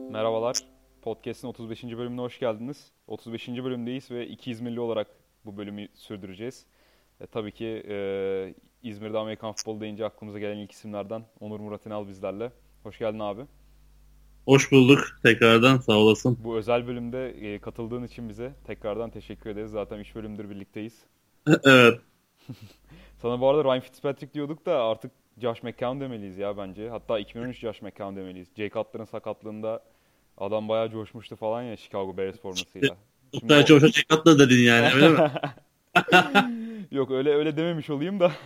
Merhabalar. Podcast'in 35. bölümüne hoş geldiniz. 35. bölümdeyiz ve iki İzmirli olarak bu bölümü sürdüreceğiz. Tabii ki İzmir'de Amerikan futbolu deyince aklımıza gelen ilk isimlerden Onur Murat İnal bizlerle. Hoş geldin abi. Hoş bulduk tekrardan sağ olasın. Bu özel bölümde katıldığın için bize tekrardan teşekkür ederiz. Zaten 3 bölümdür birlikteyiz. Evet. Sana bu arada Ryan Fitzpatrick diyorduk da artık Josh McCown demeliyiz ya bence. Hatta 2013 Josh McCown demeliyiz. Jay Cutler'ın sakatlığında adam bayağı coşmuştu falan ya Chicago Bears formasıyla. Şimdi Oktay o Çavuş'a çekatla dedin yani öyle mi? Yok öyle dememiş olayım da.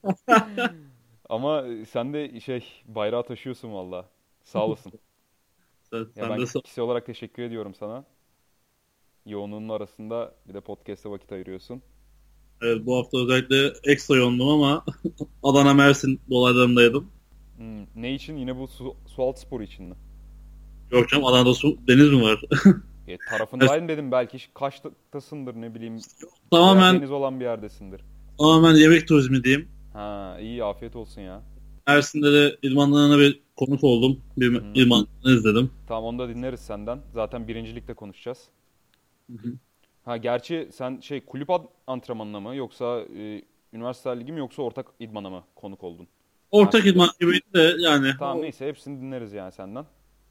Ama sen de bayrağı taşıyorsun valla. Sağ olasın. Ya Sen ben de kişisel olarak teşekkür ediyorum sana. Yoğunluğunun arasında bir de podcast'e vakit ayırıyorsun. evet, bu hafta özellikle ekstra yoğundum ama Adana Mersin dolaylarındaydım. Ne için? Yine bu sualtı sporu için mi? Yok canım Adana'da deniz mi var? Tarafındayım dedim belki Kaş'tasındır ne bileyim veya Tamamen deniz olan bir yerdesindir. tamamen yemek turizmi diyeyim. Ha iyi afiyet olsun ya. Mersin'de de idmanlarına bir konuk oldum. Hı Bir hı. idmanlarını izledim. Tamam onu da dinleriz senden. Zaten birincilikte konuşacağız. Hı hı. Ha gerçi sen kulüp antrenmanına mı yoksa üniversite ligi mi yoksa ortak idmana mı konuk oldun Ortak Mersin'de? idman gibiydi de yani Tamam neyse hepsini dinleriz yani senden.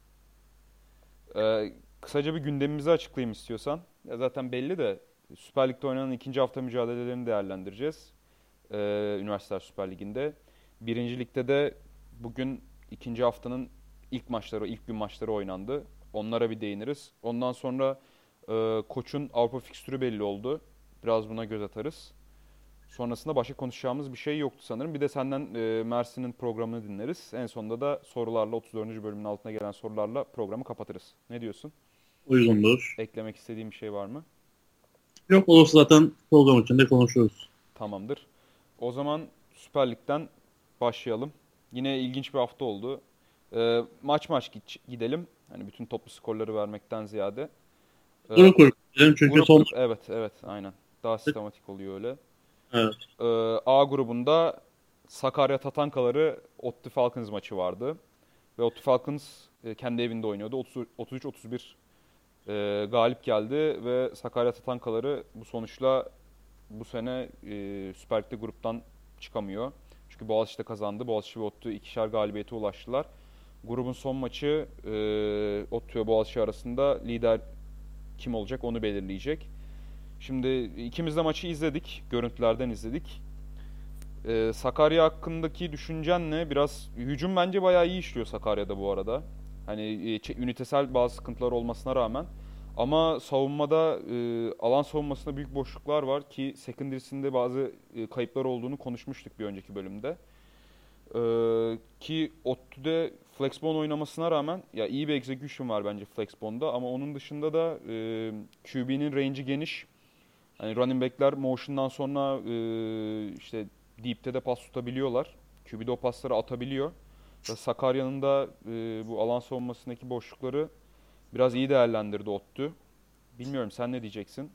Kısaca bir gündemimizi açıklayayım istiyorsan. Ya zaten belli de Süper Lig'de oynanan ikinci hafta mücadelelerini değerlendireceğiz. Üniversiteler Süper Ligi'nde. Birinci Lig'de de bugün ikinci haftanın ilk maçları, ilk gün maçları oynandı. Onlara bir değiniriz. Ondan sonra Koç'un Avrupa fikstürü belli oldu. Biraz buna göz atarız. Sonrasında başka konuşacağımız bir şey yoktu sanırım. Bir de senden Mersin'in programını dinleriz. En sonunda da sorularla 34. bölümün altına gelen sorularla programı kapatırız. Ne diyorsun? uygundur. Eklemek istediğim bir şey var mı? Yok olursa zaten program içinde konuşuruz. Tamamdır. O zaman Süper Lig'den başlayalım. Yine ilginç bir hafta oldu. Maç gidelim. Hani bütün toplu skorları vermekten ziyade. Ee, Grup grup gidelim çünkü grup son grup evet aynen. Daha sistematik oluyor öyle. evet. A grubunda Sakarya Tatankaları ODTÜ Falcons maçı vardı. Ve ODTÜ Falcons kendi evinde oynuyordu. 33-31 galip geldi ve Sakarya Tatankaları bu sonuçla bu sene Süper Lig'de gruptan çıkamıyor. Çünkü Boğaziçi'de kazandı. Boğaziçi ve ODTÜ ikişer galibiyete ulaştılar. Grubun son maçı ODTÜ ve Boğaziçi arasında lider kim olacak onu belirleyecek. Şimdi ikimiz de maçı izledik. Görüntülerden izledik. Sakarya hakkındaki düşüncen ne? Biraz hücum bence bayağı iyi işliyor Sakarya'da bu arada. Hani ünitesel bazı sıkıntılar olmasına rağmen. Ama savunmada alan savunmasında büyük boşluklar var ki secondary'sinde bazı kayıplar olduğunu konuşmuştuk bir önceki bölümde. Ki ODTÜ'de Flexbone oynamasına rağmen ya iyi bir execution var bence Flexbone'da ama onun dışında da QB'nin range'i geniş. Hani running back'ler motion'dan sonra işte deep'te de pas tutabiliyorlar. QB de o pasları atabiliyor. Ve Sakarya'nın da bu alan savunmasındaki boşlukları biraz iyi değerlendirdi ODTÜ. Bilmiyorum sen ne diyeceksin?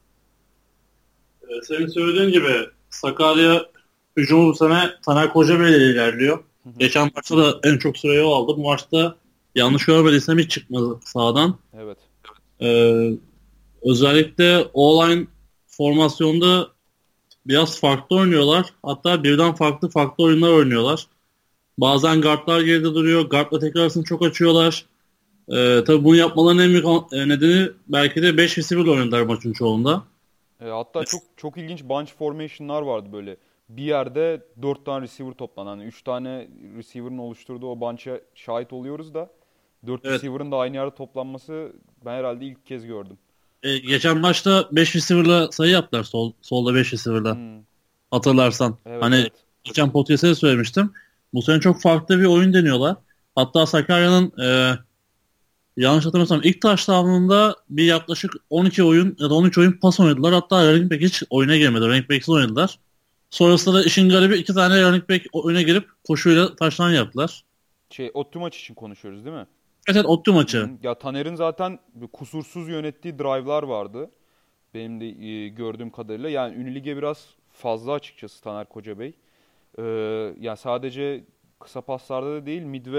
Senin söylediğin gibi Sakarya hücumu bu sene Taner Kocabey ile ilerliyor. Hı hı. Geçen maçta da en çok süreyi o aldı. Bu maçta yanlış görmediysem hiç çıkmadı sahadan. Evet. Ee, Özellikle O-line formasyonda biraz farklı oynuyorlar. Hatta birden farklı oyunlar oynuyorlar. Bazen guardlar geride duruyor. Guardla tekrar arasını çok açıyorlar. Tabii bunu yapmalarının en büyük nedeni belki de 5 receiver oynadılar maçın çoğunda. Hatta çok ilginç bunch formation'lar vardı böyle. Bir yerde 4 tane receiver toplanan, 3 tane receiver'ın oluşturduğu o bunch'a şahit oluyoruz da 4 Evet. receiver'ın da aynı yerde toplanması ben herhalde ilk kez gördüm. Geçen maçta 5 receiver'la sayı yaptılar solda 5 receiver'la. Hmm, Hatırlarsan. evet Hani evet. geçen podcast'te de söylemiştim. Bu sene çok farklı bir oyun deniyorlar. Hatta Sakarya'nın yanlış hatırlamıyorsam ilk touchdown'ında bir yaklaşık 12 oyun ya da 13 oyun pas oynadılar. Hatta running back hiç oyuna girmedi. Running back'siz oynadılar. Sonrasında da işin garibi iki tane running back oyuna girip koşuyla touchdown yaptılar. ODTÜ maç için konuşuyoruz değil mi? Evet, evet Opti Hı maçı. hı. Ya Taner'in zaten kusursuz yönettiği drive'lar vardı. Benim de gördüğüm kadarıyla. Yani Ünlü Lig'e biraz fazla açıkçası Taner Kocabey. Ee, Yani sadece kısa paslarda da değil mid ve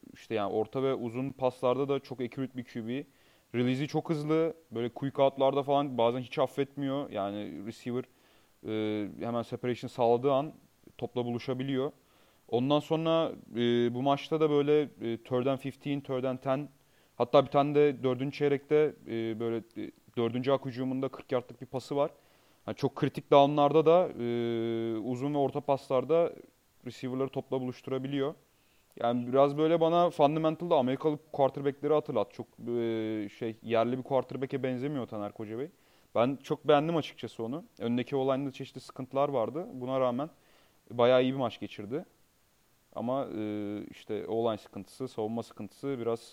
işte yani orta ve uzun paslarda da çok accurate bir QB. Release'i çok hızlı. Böyle quick out'larda falan bazen hiç affetmiyor. Yani receiver hemen separation sağladığı an topla buluşabiliyor. Ondan sonra bu maçta da böyle third and 15, third and 10, hatta bir tane de dördüncü çeyrekte böyle dördüncü hak hücumunda 40 yardlık bir pası var. Yani çok kritik downlarda da uzun ve orta paslarda receiver'ları topla buluşturabiliyor. Yani biraz böyle bana fundamental'da Amerikalı quarterback'leri hatırlat. Çok yerli bir quarterback'e benzemiyor Taner Koca Bey. Ben çok beğendim açıkçası onu. Önündeki olayında çeşitli sıkıntılar vardı. Buna rağmen bayağı iyi bir maç geçirdi. Ama işte o line sıkıntısı, savunma sıkıntısı biraz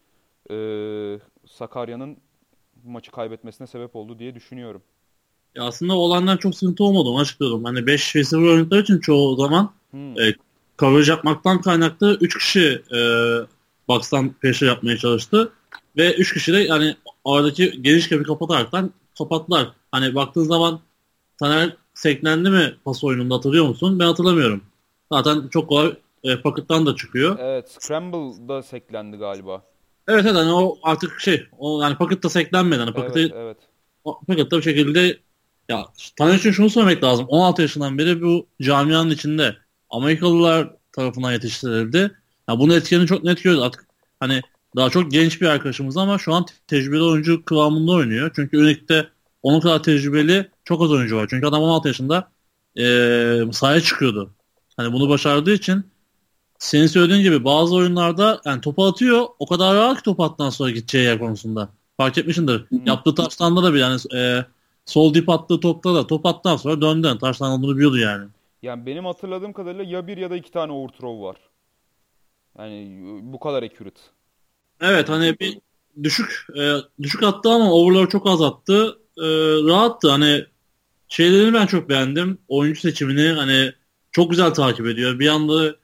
Sakarya'nın maçı kaybetmesine sebep oldu diye düşünüyorum. Ya aslında olanlar çok sıkıntı olmadı, onu açıklıyorum. Hani 5 receiver oynadıkları için çoğu zaman Hmm. coverage yapmaktan kaynaklı 3 kişi box'tan pressure yapmaya çalıştı. Ve 3 kişi de yani aradaki geniş kapı kapataraktan kapattılar. Hani baktığın zaman Taner seklendi mi pas oyununda, hatırlıyor musun? Ben hatırlamıyorum. Zaten çok kolay pocket'tan da çıkıyor. Evet, Scramble'da seklendi galiba. Evet, evet, hani o artık o yani pocket'ta seklenmedi. Hani Evet, evet. pocket'ta bir şekilde, ya Taner için şunu söylemek lazım. 16 yaşından beri bu camianın içinde Amerikalılar tarafından yetiştirildi. Ya bunun etkilerini çok net görüyoruz artık. Hani daha çok genç bir arkadaşımız ama şu an tecrübeli oyuncu kıvamında oynuyor. Çünkü Unique'de onun kadar tecrübeli çok az oyuncu var. Çünkü adam 16 yaşında sahaya çıkıyordu. Hani bunu başardığı için, senin söylediğin gibi bazı oyunlarda yani topu atıyor, o kadar rahat ki topu attıktan sonra gideceği yer konusunda. Fark etmişsindir. Yaptığı taştanda da bir yani sol dip attığı topta da top attıktan sonra döndü. Taştan olduğunu biliyordu yani. Yani benim hatırladığım kadarıyla ya bir ya da iki tane overthrow var. Yani bu kadar accurate. Evet, hani bir düşük attı ama overload çok az attı. Rahattı. Hani şeylerini ben çok beğendim. Oyuncu seçimini hani çok güzel takip ediyor. Bir anda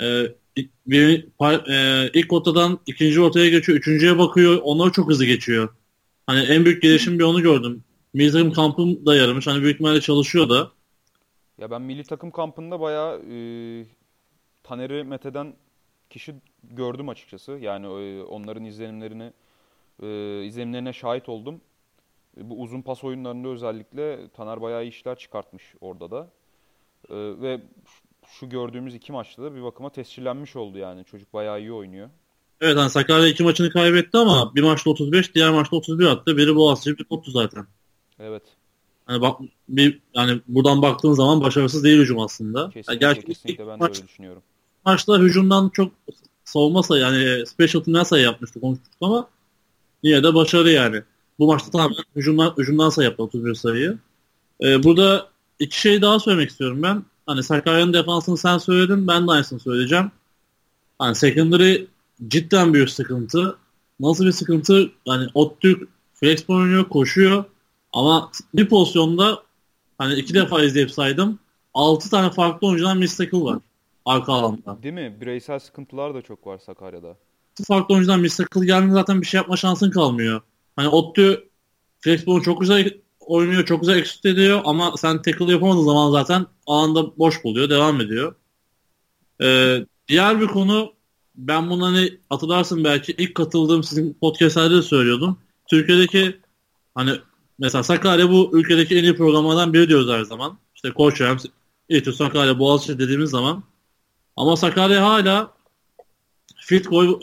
ilk ortadan ikinci ortaya geçiyor. Üçüncüye bakıyor. Onları çok hızlı geçiyor. Hani en büyük gelişim bir onu gördüm. Milli takım kampım da yaramış. Hani büyük ihtimalle çalışıyor da. Ya ben milli takım kampında bayağı Taner'i metheden kişi gördüm açıkçası. Yani onların izlenimlerine şahit oldum. Bu uzun pas oyunlarında özellikle Taner bayağı iyi işler çıkartmış orada da. Ve şu gördüğümüz iki maçta da bir bakıma tescillenmiş oldu yani. Çocuk bayağı iyi oynuyor. Evet, hani Sakarya iki maçını kaybetti ama bir maçta 35, diğer maçta 31 attı. Biri Boğaziçi, biri Koptu zaten. Evet. Hani bak, yani buradan baktığın zaman başarısız değil hücum aslında. Yani Kesinlikle, gerçi kesinlikle ben de öyle düşünüyorum. maçta hücumdan çok savunma sayı, yani special team'den sayı yapmıştı, konuşmuştuk ama yine de başarı yani. Bu maçta tamamen hücumdan sayı yaptı, 31 sayıyı. Burada iki şey daha söylemek istiyorum ben. Hani Sakarya'nın defansını sen söyledin, ben de aynısını söyleyeceğim. Hani secondary cidden büyük sıkıntı. Nasıl bir sıkıntı? Hani Ottürk flex oynuyor, koşuyor ama bir pozisyonda, hani iki defa izleyip saydım, 6 tane farklı oyuncudan miss tackle var arka alanda. Değil mi? Bireysel sıkıntılar da çok var Sakarya'da. 6 farklı oyuncudan miss tackle geldiğinde zaten bir şey yapma şansın kalmıyor. Hani Ottu flex çok güzel oynuyor, çok güzel execute ediyor ama sen tackle yapamadığın zaman zaten alanda boş buluyor, devam ediyor. Diğer bir konu, ben bunu hani hatırlarsın belki, ilk katıldığım sizin podcastlerde de söylüyordum. Türkiye'deki, hani mesela Sakarya bu ülkedeki en iyi programlardan biri diyoruz her zaman. İşte Koç Rams, İTÜ, Sakarya, Boğaziçi dediğimiz zaman. Ama Sakarya hala field goal,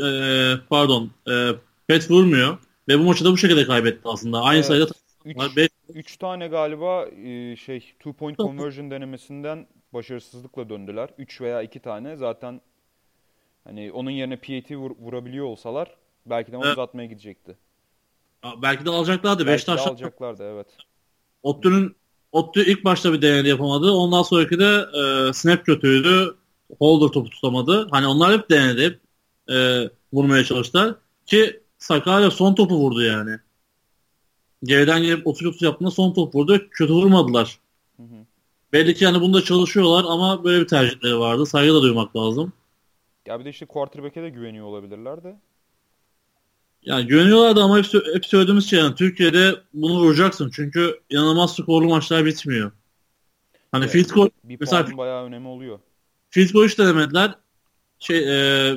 pet vurmuyor. Ve bu maçı da bu şekilde kaybetti aslında. Aynı sayıda Evet. var. 3 tane galiba two point conversion denemesinden başarısızlıkla döndüler. 3 veya 2 tane. Zaten hani onun yerine PAT vurabiliyor olsalar belki de maç uzatmaya gidecekti. Belki de alacaklardı. Belki de Beşiktaş alacaklardı, evet. Ottu ilk başta bir denedi, yapamadı. Ondan sonraki de snap kötüydü. Holder topu tutamadı. Hani onlar hep denedi. Hep vurmaya çalıştılar. Ki Sakarya son topu vurdu yani. Geriden gelip 30-30 yaptığında son top vurdu. Kötü vurmadılar. Hı hı. Belli ki yani bunda çalışıyorlar ama böyle bir tercihleri vardı. Saygı da duymak lazım. Ya bir de işte quarterback'e de güveniyor olabilirler de. Yani güveniyorlardı ama hep söylediğimiz şey, yani Türkiye'de bunu vuracaksın. Çünkü inanılmaz skorlu maçlar bitmiyor. Hani Ya, field goal bir mesela puanın bayağı önemi oluyor. field goal hiç denemediler. Şey,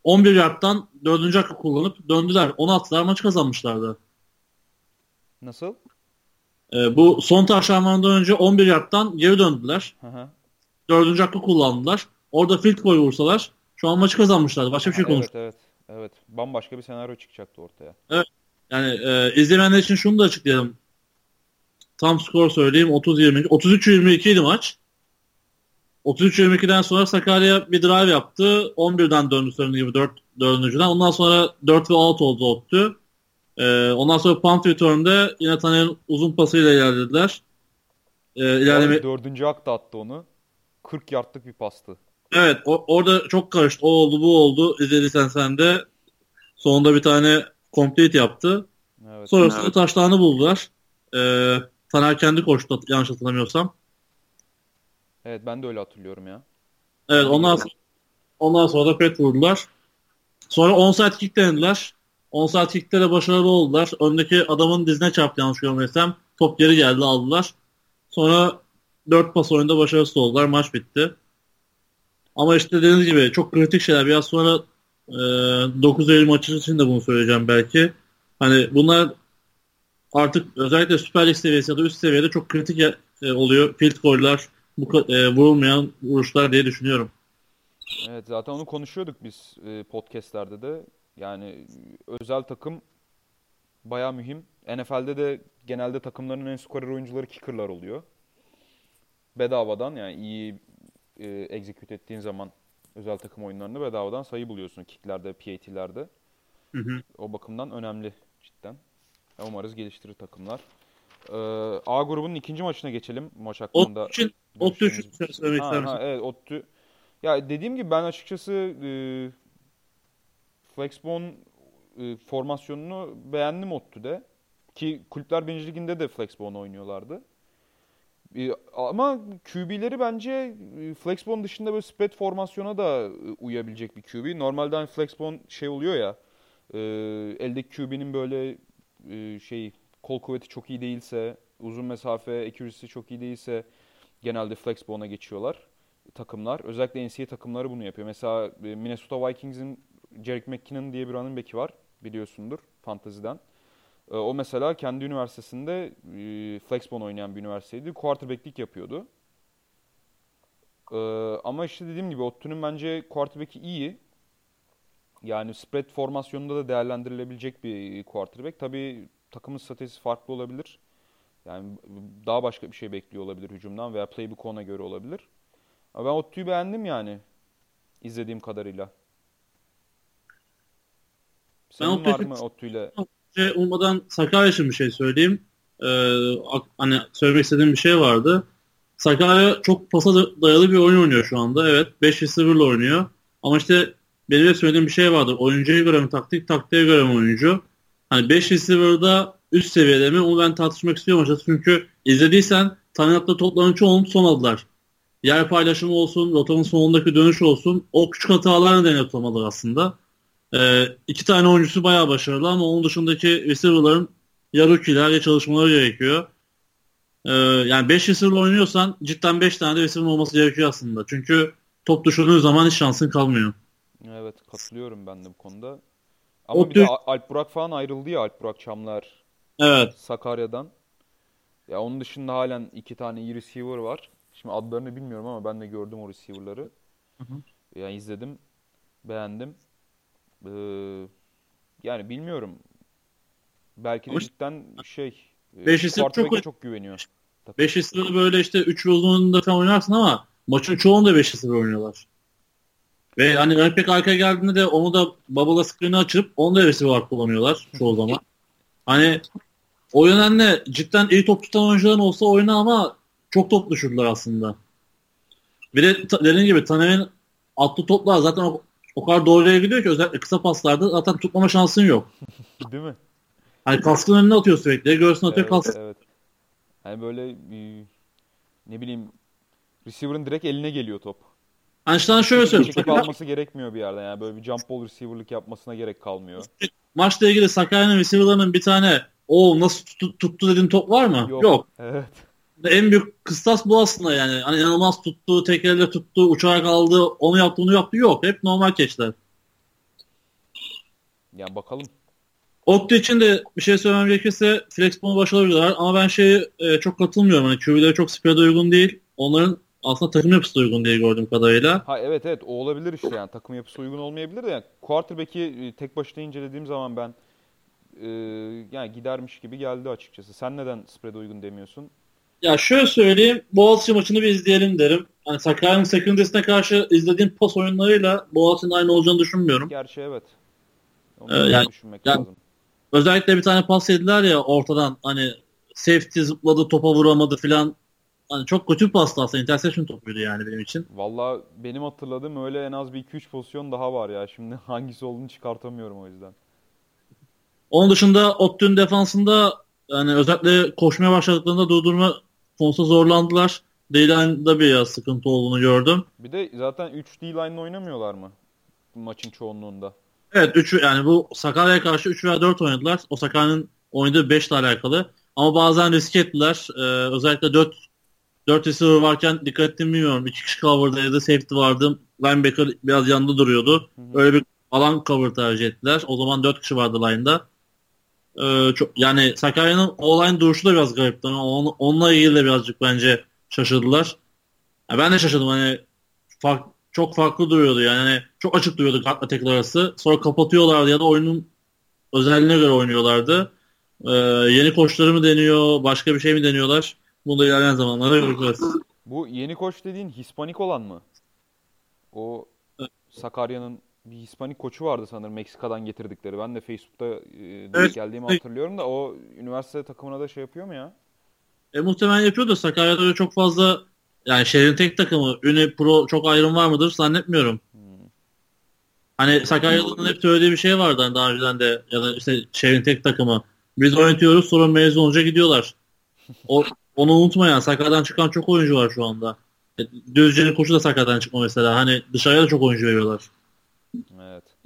11 yardtan 4. hakkı kullanıp döndüler. Onu attılar, maçı kazanmışlardı. Nasıl? Bu son taşlanmadan önce 11 yardtan geri döndüler. Hı hı. 4. hakkı kullandılar. Orada field goal vursalar şu an maçı kazanmışlardı. Başka bir şey Evet, konuştuk. evet. Evet. Bambaşka bir senaryo çıkacaktı ortaya. Evet. Yani izleyenler için şunu da açıklayalım. Tam skor söyleyeyim. 30-22. 33-22 idi maç. 33-22'den sonra Sakarya bir drive yaptı. 11'den döndü söylediğim gibi 4. Ondan sonra 4 ve out oldu ODTÜ. Ondan sonra punt return'de yine Taner'in uzun pasıyla ilerlediler. İlerleme... Dördüncü hak da attı onu. 40 yardlık bir pastı. Evet, orada çok karıştı. O oldu, bu oldu. İzlediysen sen de sonunda bir tane complete yaptı. Evet. Sonrasında taşlarını buldular. Taner kendi koştu yanlış hatırlamıyorsam. Evet, ben de öyle hatırlıyorum ya. Evet, ondan sonra da pet vurdular. Sonra onside kick denediler. Onside kick'te de başarılı oldular. Öndeki adamın dizine çarptı yanlış görmediysem. Top geri geldi, aldılar. Sonra 4 pas oyunda başarısız oldular. Maç bitti. Ama işte dediğiniz gibi çok kritik şeyler. Biraz sonra 9 Eylül maçı için de bunu söyleyeceğim belki. Hani bunlar artık özellikle Süper Lig seviyesi ya da üst seviyede çok kritik oluyor. Field goal'lar, vurulmayan vuruşlar diye düşünüyorum. Evet, zaten onu konuşuyorduk biz podcastlerde de. Yani özel takım baya mühim. NFL'de de genelde takımların en skorer oyuncuları kicker'lar oluyor. Bedavadan, yani iyi execute ettiğin zaman özel takım oyunlarında bedavadan sayı buluyorsun kicklerde, PAT'lerde. Hı hı. O bakımdan önemli cidden. Umarız geliştirir takımlar. A grubunun ikinci maçına geçelim. Maç hakkında ODTÜ için görüşleriniz. söylemek ister misin? Evet, ODTÜ. Ya dediğim gibi ben açıkçası Flexbone formasyonunu beğendim ODTÜ'de. Ki Kulüpler Birinci Ligi'nde de Flexbone oynuyorlardı. Ama QB'leri bence Flexbone dışında böyle spread formasyona da uyabilecek bir QB. Normalde hani Flexbone şey oluyor ya, eldeki QB'nin böyle kol kuvveti çok iyi değilse, uzun mesafe accuracy'si çok iyi değilse genelde Flexbone'a geçiyorlar takımlar. Özellikle NCAA takımları bunu yapıyor. Mesela Minnesota Vikings'in Jerick McKinnon diye bir running back'i var, biliyorsundur fanteziden. O mesela kendi üniversitesinde Flexbone oynayan bir üniversiteydi. Quarterback'lik yapıyordu. Ama işte dediğim gibi ODTÜ'nün bence quarterback'i iyi. Yani spread formasyonunda da değerlendirilebilecek bir quarterback. Tabii takımın stratejisi farklı olabilir. Yani daha başka bir şey bekliyor olabilir hücumdan veya playbook ona göre olabilir. Ama ben ODTÜ'yü beğendim yani izlediğim kadarıyla. Ben Senin var ODTÜ'yü mı ODTÜ'yle? olmadan Sakarya için bir şey söyleyeyim. Hani söylemek istediğim bir şey vardı. Sakarya çok pasa dayalı bir oyun oynuyor şu anda. Evet, 5 receiver'la oynuyor. Ama işte benim de söylediğim bir şey vardır. Oyuncuya göre mi taktik, taktiğe göre mi oyuncu? Hani 5 receiver'da üst seviyede mi? Onu ben tartışmak istiyorum açıkçası. Çünkü izlediysen Tanrıat'ta topların çoğunu son aldılar. Yer paylaşımı olsun, rotanın sonundaki dönüş olsun. O küçük hatalarla deney tutamadılar aslında. 2 tane oyuncusu bayağı başarılı ama onun dışındaki receiver'ların ya rookie'ler ya çalışmaları gerekiyor. Yani 5 receiver oynuyorsan cidden 5 tane de receiver olması gerekiyor aslında. Çünkü top düşürdüğün zaman hiç şansın kalmıyor. Evet, katılıyorum ben de bu konuda. Ama bir de ODTÜ, Alp Burak falan ayrıldı ya, Alp Burak Çamlar evet. Sakarya'dan. Ya onun dışında halen 2 tane iyi receiver var. Şimdi adlarını bilmiyorum ama ben de gördüm o receiver'ları. Hı hı. Yani izledim, beğendim. Ee, Yani bilmiyorum. Belki de Ama cidden 5 receiver çok quarterback'e çok güveniyor takım. 5 receiver böyle işte 3 ve uzunluğunda falan oynarsın ama maçın çoğunda 5 receiver oynuyorlar. Ve hani running back arkaya geldiğinde de onu da bubble'a screen'i açıp onu da receiver olarak kullanıyorlar çoğu zaman. Hani o yönde cidden iyi top tutan oyuncuların olsa oyna ama çok top düşürdüler aslında. Bir de dediğim gibi Taner'in attığı toplar zaten o kadar doğruya gidiyor ki özellikle kısa paslarda zaten tutmama şansın yok. Değil mi? Hani kaskın önüne atıyor sürekli. Göğsüne atıyor Evet, kask. evet. Hani böyle ne bileyim, receiver'ın direkt eline geliyor top. Hani işte şöyle söyleyeyim. Çekip alması gerekmiyor bir yerden. Yani böyle bir jump ball receiver'lık yapmasına gerek kalmıyor. Maçla ilgili Sakarya'nın receiver'larının bir tane o nasıl tuttu dediğin top var mı? Yok. Evet. En büyük kıstas bu aslında yani. Hani inanılmaz tuttu, tek elle tuttu, uçarak aldı, onu yaptı, bunu yaptı. Yok. Hep normal catchler. Yani bakalım. Ottu için de bir şey söylemem gerekirse Flexbon'u başarabilirler ama ben çok katılmıyorum. Hani QB'leri çok spread'e uygun değil. Onların aslında takım yapısı da uygun değil gördüğüm kadarıyla. Ha, evet evet, o olabilir işte, yani takım yapısı uygun olmayabilir de, yani quarterback'i tek başına incelediğim zaman ben e, yani gidermiş gibi geldi açıkçası. Sen neden spread'e uygun demiyorsun? Ya şöyle söyleyeyim, Boğaziçi maçını bir izleyelim derim. Hani Sakarya'nın secondary'sine karşı izlediğim pas oyunlarıyla Boğaziçi'nin aynı olacağını düşünmüyorum. Gerçi evet. Ee, Onu da yani, öyle düşünmek yani lazım. özellikle bir tane pas yediler ya ortadan hani safety zıpladı topa vuramadı filan. Hani çok kötü bir pastı aslında. Interception topuydu yani benim için. Valla benim hatırladığım öyle en az bir iki üç pozisyon daha var ya. Şimdi hangisi olduğunu çıkartamıyorum o yüzden. Onun dışında Ottü'nün defansında yani özellikle koşmaya başladıklarında durdurma konusunda zorlandılar. D-line'da biraz sıkıntı olduğunu gördüm. Bir de zaten 3 D-line'la oynamıyorlar mı maçın çoğunluğunda? Evet 3 yani bu Sakarya'ya karşı 3 veya 4 oynadılar. O Sakarya'nın oynadığı 5 ile alakalı. Ama bazen risk ettiler. Özellikle dört receiver varken dikkat ettim bilmiyorum. 2 kişi cover'daydı. Safety vardı. Linebacker biraz yanında duruyordu. Hı hı. Öyle bir alan cover tercih ettiler. O zaman 4 kişi vardı line'da. Yani Sakarya'nın o-line duruşu da biraz garipti. Ama onunla ilgili de birazcık bence şaşırdılar. Ya ben de şaşırdım hani çok farklı duruyordu yani hani çok açık duruyordu guardla tackle arası. Sonra kapatıyorlardı ya da oyunun özelliğine göre oynuyorlardı. Ee, Yeni koçları mı deniyor, başka bir şey mi deniyorlar? Bunu da ilerleyen zamanlarda göreceğiz. Bu yeni koç dediğin Hispanik olan mı? O Sakarya'nın bir Hispanik koçu vardı sanırım, Meksika'dan getirdikleri. Ben de Facebook'ta denk Evet. geldiğimi hatırlıyorum da, o üniversite takımına da şey yapıyor mu ya? Muhtemelen yapıyor da Sakarya'da öyle çok fazla yani şehrin tek takımı, Uni Pro çok ayrım var mıdır zannetmiyorum. Hmm, Hani olabilir. Sakarya'nın hep söylediği bir şey vardı hani daha önceden de ya da işte şehrin tek takımı. Biz oynatıyoruz sonra mezun olunca gidiyorlar. O, Onu unutma Sakarya'dan çıkan çok oyuncu var şu anda. Düzce'nin koçu da Sakarya'dan çıkma mesela. Hani dışarıya da çok oyuncu veriyorlar. Evet.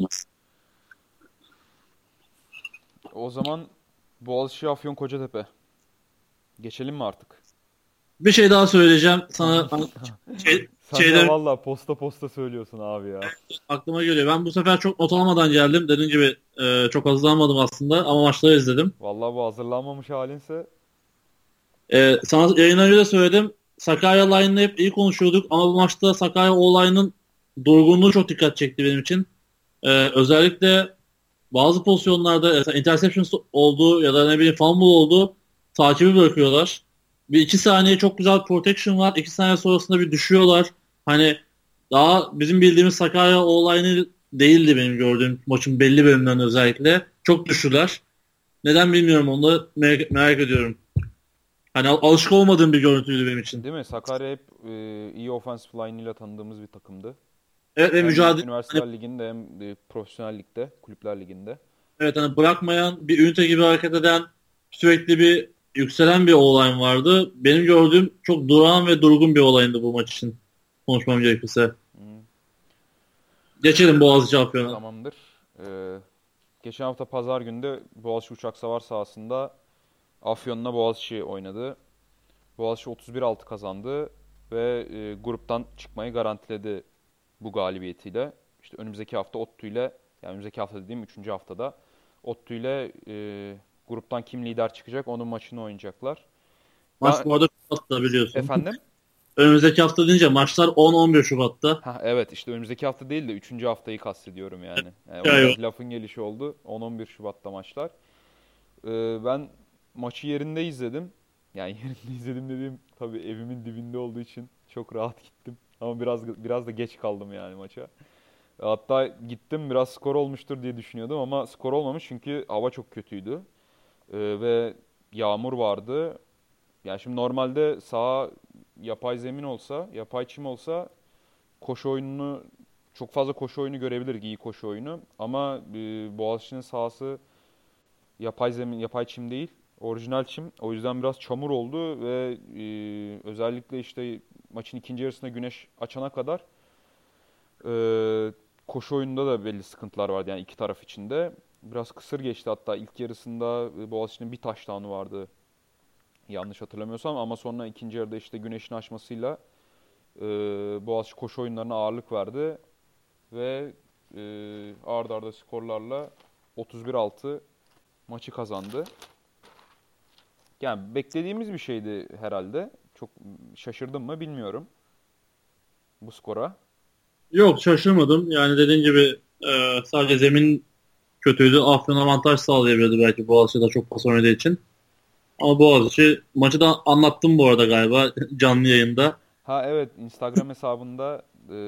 O zaman Boğaziçi, Afyon, Kocatepe. Geçelim mi artık? Bir şey daha söyleyeceğim. Sana Tamam. şey, Sen de şeyden valla posta posta söylüyorsun abi ya. aklıma geliyor. Ben bu sefer çok not almadan geldim. Dediğim gibi çok hazırlanmadım aslında ama maçları izledim. Valla bu hazırlanmamış halinse Sana yayından önce de söyledim. Sakarya line'ını hep iyi konuşuyorduk ama bu maçta Sakarya O-line'ın durgunluğu çok dikkat çekti benim için. Özellikle bazı pozisyonlarda mesela interception oldu ya da ne bileyim fumble oldu. Takibi bırakıyorlar. Bir iki saniye çok güzel protection var. 2 saniye sonrasında bir düşüyorlar. Hani daha bizim bildiğimiz Sakarya olayını değildi benim gördüğüm maçın belli bölümlerinde özellikle. Çok düştüler. Neden bilmiyorum onu da merak ediyorum. Hani alışık olmadığım bir görüntüydü benim için. değil mi? Sakarya hep iyi offensive line ile tanıdığımız bir takımdı. Evet ve Hem mücadele hani, üniversiteler liginde hem profesyonel ligde, kulüpler liginde. evet hani bırakmayan bir ünite gibi hareket eden sürekli bir yükselen bir olay vardı. Benim gördüğüm çok durağan ve durgun bir olaydı bu maç için. Konuşmam gerekirse. Hmm, Geçelim Boğaziçi şampiyona. tamamdır. E, Geçen hafta pazar günü de Boğaziçi Uçak Savar sahasında Afyon'la Boğaziçi oynadı. Boğaziçi 31-6 kazandı ve gruptan çıkmayı garantiledi bu galibiyetiyle. İşte önümüzdeki hafta ODTÜ ile, yani önümüzdeki hafta dediğim üçüncü haftada ODTÜ ile gruptan kim lider çıkacak onun maçını oynayacaklar. Maç Ben bu arada Şubat'ta biliyorsun. efendim? Önümüzdeki hafta deyince maçlar 10-11 Şubat'ta. Ha, evet, işte önümüzdeki hafta değil de üçüncü haftayı kastediyorum yani. Yani o Yani biraz lafın gelişi oldu. 10-11 Şubat'ta maçlar. Ben maçı yerinde izledim. Yani yerinde izledim dediğim, tabii evimin dibinde olduğu için çok rahat gittim. Ama biraz da geç kaldım yani maça. Hatta gittim, biraz skor olmuştur diye düşünüyordum ama skor olmamış çünkü hava çok kötüydü. Ve yağmur vardı. Yani şimdi normalde saha yapay zemin olsa, yapay çim olsa koşu oyununu, çok fazla koşu oyunu görebilirdik, iyi koşu oyunu. Ama Boğaziçi'nin sahası yapay zemin, yapay çim değil, orijinal çim. O yüzden biraz çamur oldu ve özellikle işte maçın ikinci yarısında güneş açana kadar koşu oyununda da belli sıkıntılar vardı yani iki taraf içinde. Biraz kısır geçti, hatta ilk yarısında Boğaziçi'nin bir touchdown'u vardı yanlış hatırlamıyorsam, ama sonra ikinci yarıda işte güneşin açmasıyla Boğaziçi koşu oyunlarına ağırlık verdi ve ard arda skorlarla 31-6 maçı kazandı. Yani beklediğimiz bir şeydi herhalde. Çok şaşırdım mı bilmiyorum bu skora. Yok, şaşırmadım. Yani dediğin gibi sadece zemin kötüydü. Afyon avantaj sağlayabilirdi belki Boğaziçi da çok pas oynadığı için. Ama Boğaziçi maçı da anlattım bu arada galiba canlı yayında. Ha evet, Instagram hesabında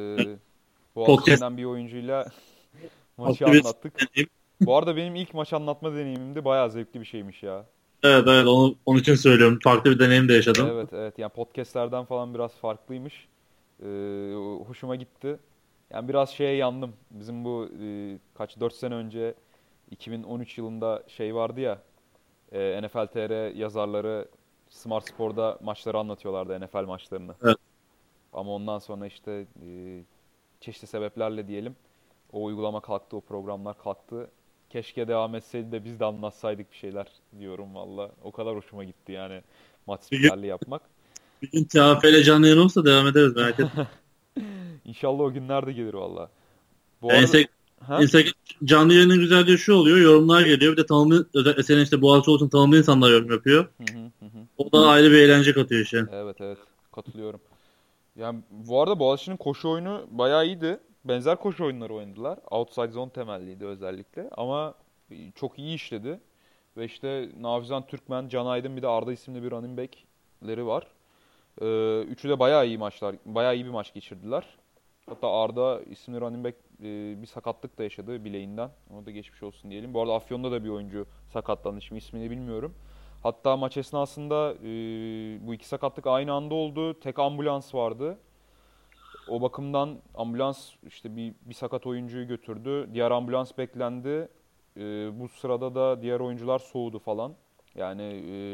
Podcast Boğaziçi'nden bir oyuncuyla maçı farklı bir anlattık. deneyim. Bu arada benim ilk maç anlatma deneyimimdi. Bayağı zevkli bir şeymiş ya. Evet, evet, onun için söylüyorum. Farklı bir deneyim de yaşadım. Evet evet, yani podcastlerden falan biraz farklıymış. Ee, Hoşuma gitti. Yani biraz şeye yandım. Bizim bu kaç 4 sene önce 2013 yılında şey vardı ya, NFL TR yazarları Smart Spor'da maçları anlatıyorlardı, NFL maçlarını. Evet. Ama ondan sonra işte çeşitli sebeplerle diyelim o uygulama kalktı, o programlar kalktı. Keşke devam etseydi de biz de anlatsaydık bir şeyler diyorum valla. O kadar hoşuma gitti yani maç Bir gün, spikerliği yapmak. bir gün TFL canlı yayın olursa devam ederiz, merak etme. İnşallah o günler de gelir valla. Bu Yani arada ha? Instagram canlı yayının güzelliği şu oluyor. Yorumlar geliyor. Bir de tanımlı, özellikle senin işte Boğaziçi olsun tanımlı insanlar yorum yapıyor. Hı hı hı. Hı. O da ayrı bir eğlence katıyor işe. Evet evet, katılıyorum. Yani bu arada Boğaziçi'nin koşu oyunu bayağı iyiydi. Benzer koşu oyunları oynadılar. Outside zone temelliydi özellikle. Ama çok iyi işledi. Ve işte Nafizan Türkmen, Can Aydın, bir de Arda isimli bir running back'leri var. Üçü de bayağı iyi maçlar, bayağı iyi bir maç geçirdiler. Hatta Arda isimli running back bir sakatlık da yaşadı bileğinden. Ona da geçmiş olsun diyelim. Bu arada Afyon'da da bir oyuncu sakatlandı. Şimdi ismini bilmiyorum. Hatta maç esnasında bu iki sakatlık aynı anda oldu. Tek ambulans vardı. O bakımdan ambulans işte bir sakat oyuncuyu götürdü. Diğer ambulans beklendi. Bu sırada da diğer oyuncular soğudu falan. Yani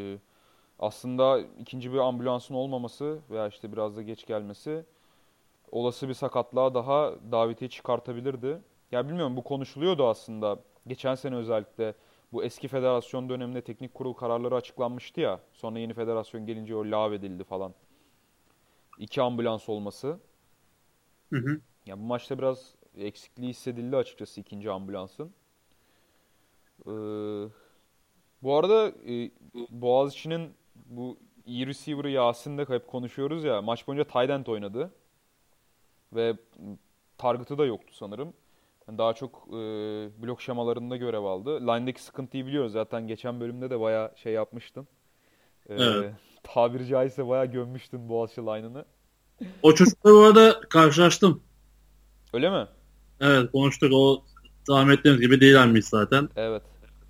aslında ikinci bir ambulansın olmaması veya işte biraz da geç gelmesi olası bir sakatlığa daha davetiye çıkartabilirdi. Ya bilmiyorum, bu konuşuluyordu aslında. Geçen sene özellikle bu eski federasyon döneminde teknik kurul kararları açıklanmıştı ya. Sonra yeni federasyon gelince o lağvedildi falan. İki ambulans olması. Hı hı. Ya bu maçta biraz eksikliği hissedildi açıkçası ikinci ambulansın. Ee, Bu arada Boğaziçi'nin bu iyi receiver'ı Yasin de hep konuşuyoruz ya. Maç boyunca tight end oynadı. Ve target'ı da yoktu sanırım. Yani daha çok blok şemalarında görev aldı. Line'deki sıkıntıyı biliyoruz. Zaten geçen bölümde de bayağı şey yapmıştın. Evet. Tabiri caizse bayağı gömmüştün Boğaziçi line'ını. O çocukla bu arada karşılaştım. Öyle mi? Evet, konuştuk. O tahmin ettiğimiz gibi değilmiş zaten. Evet.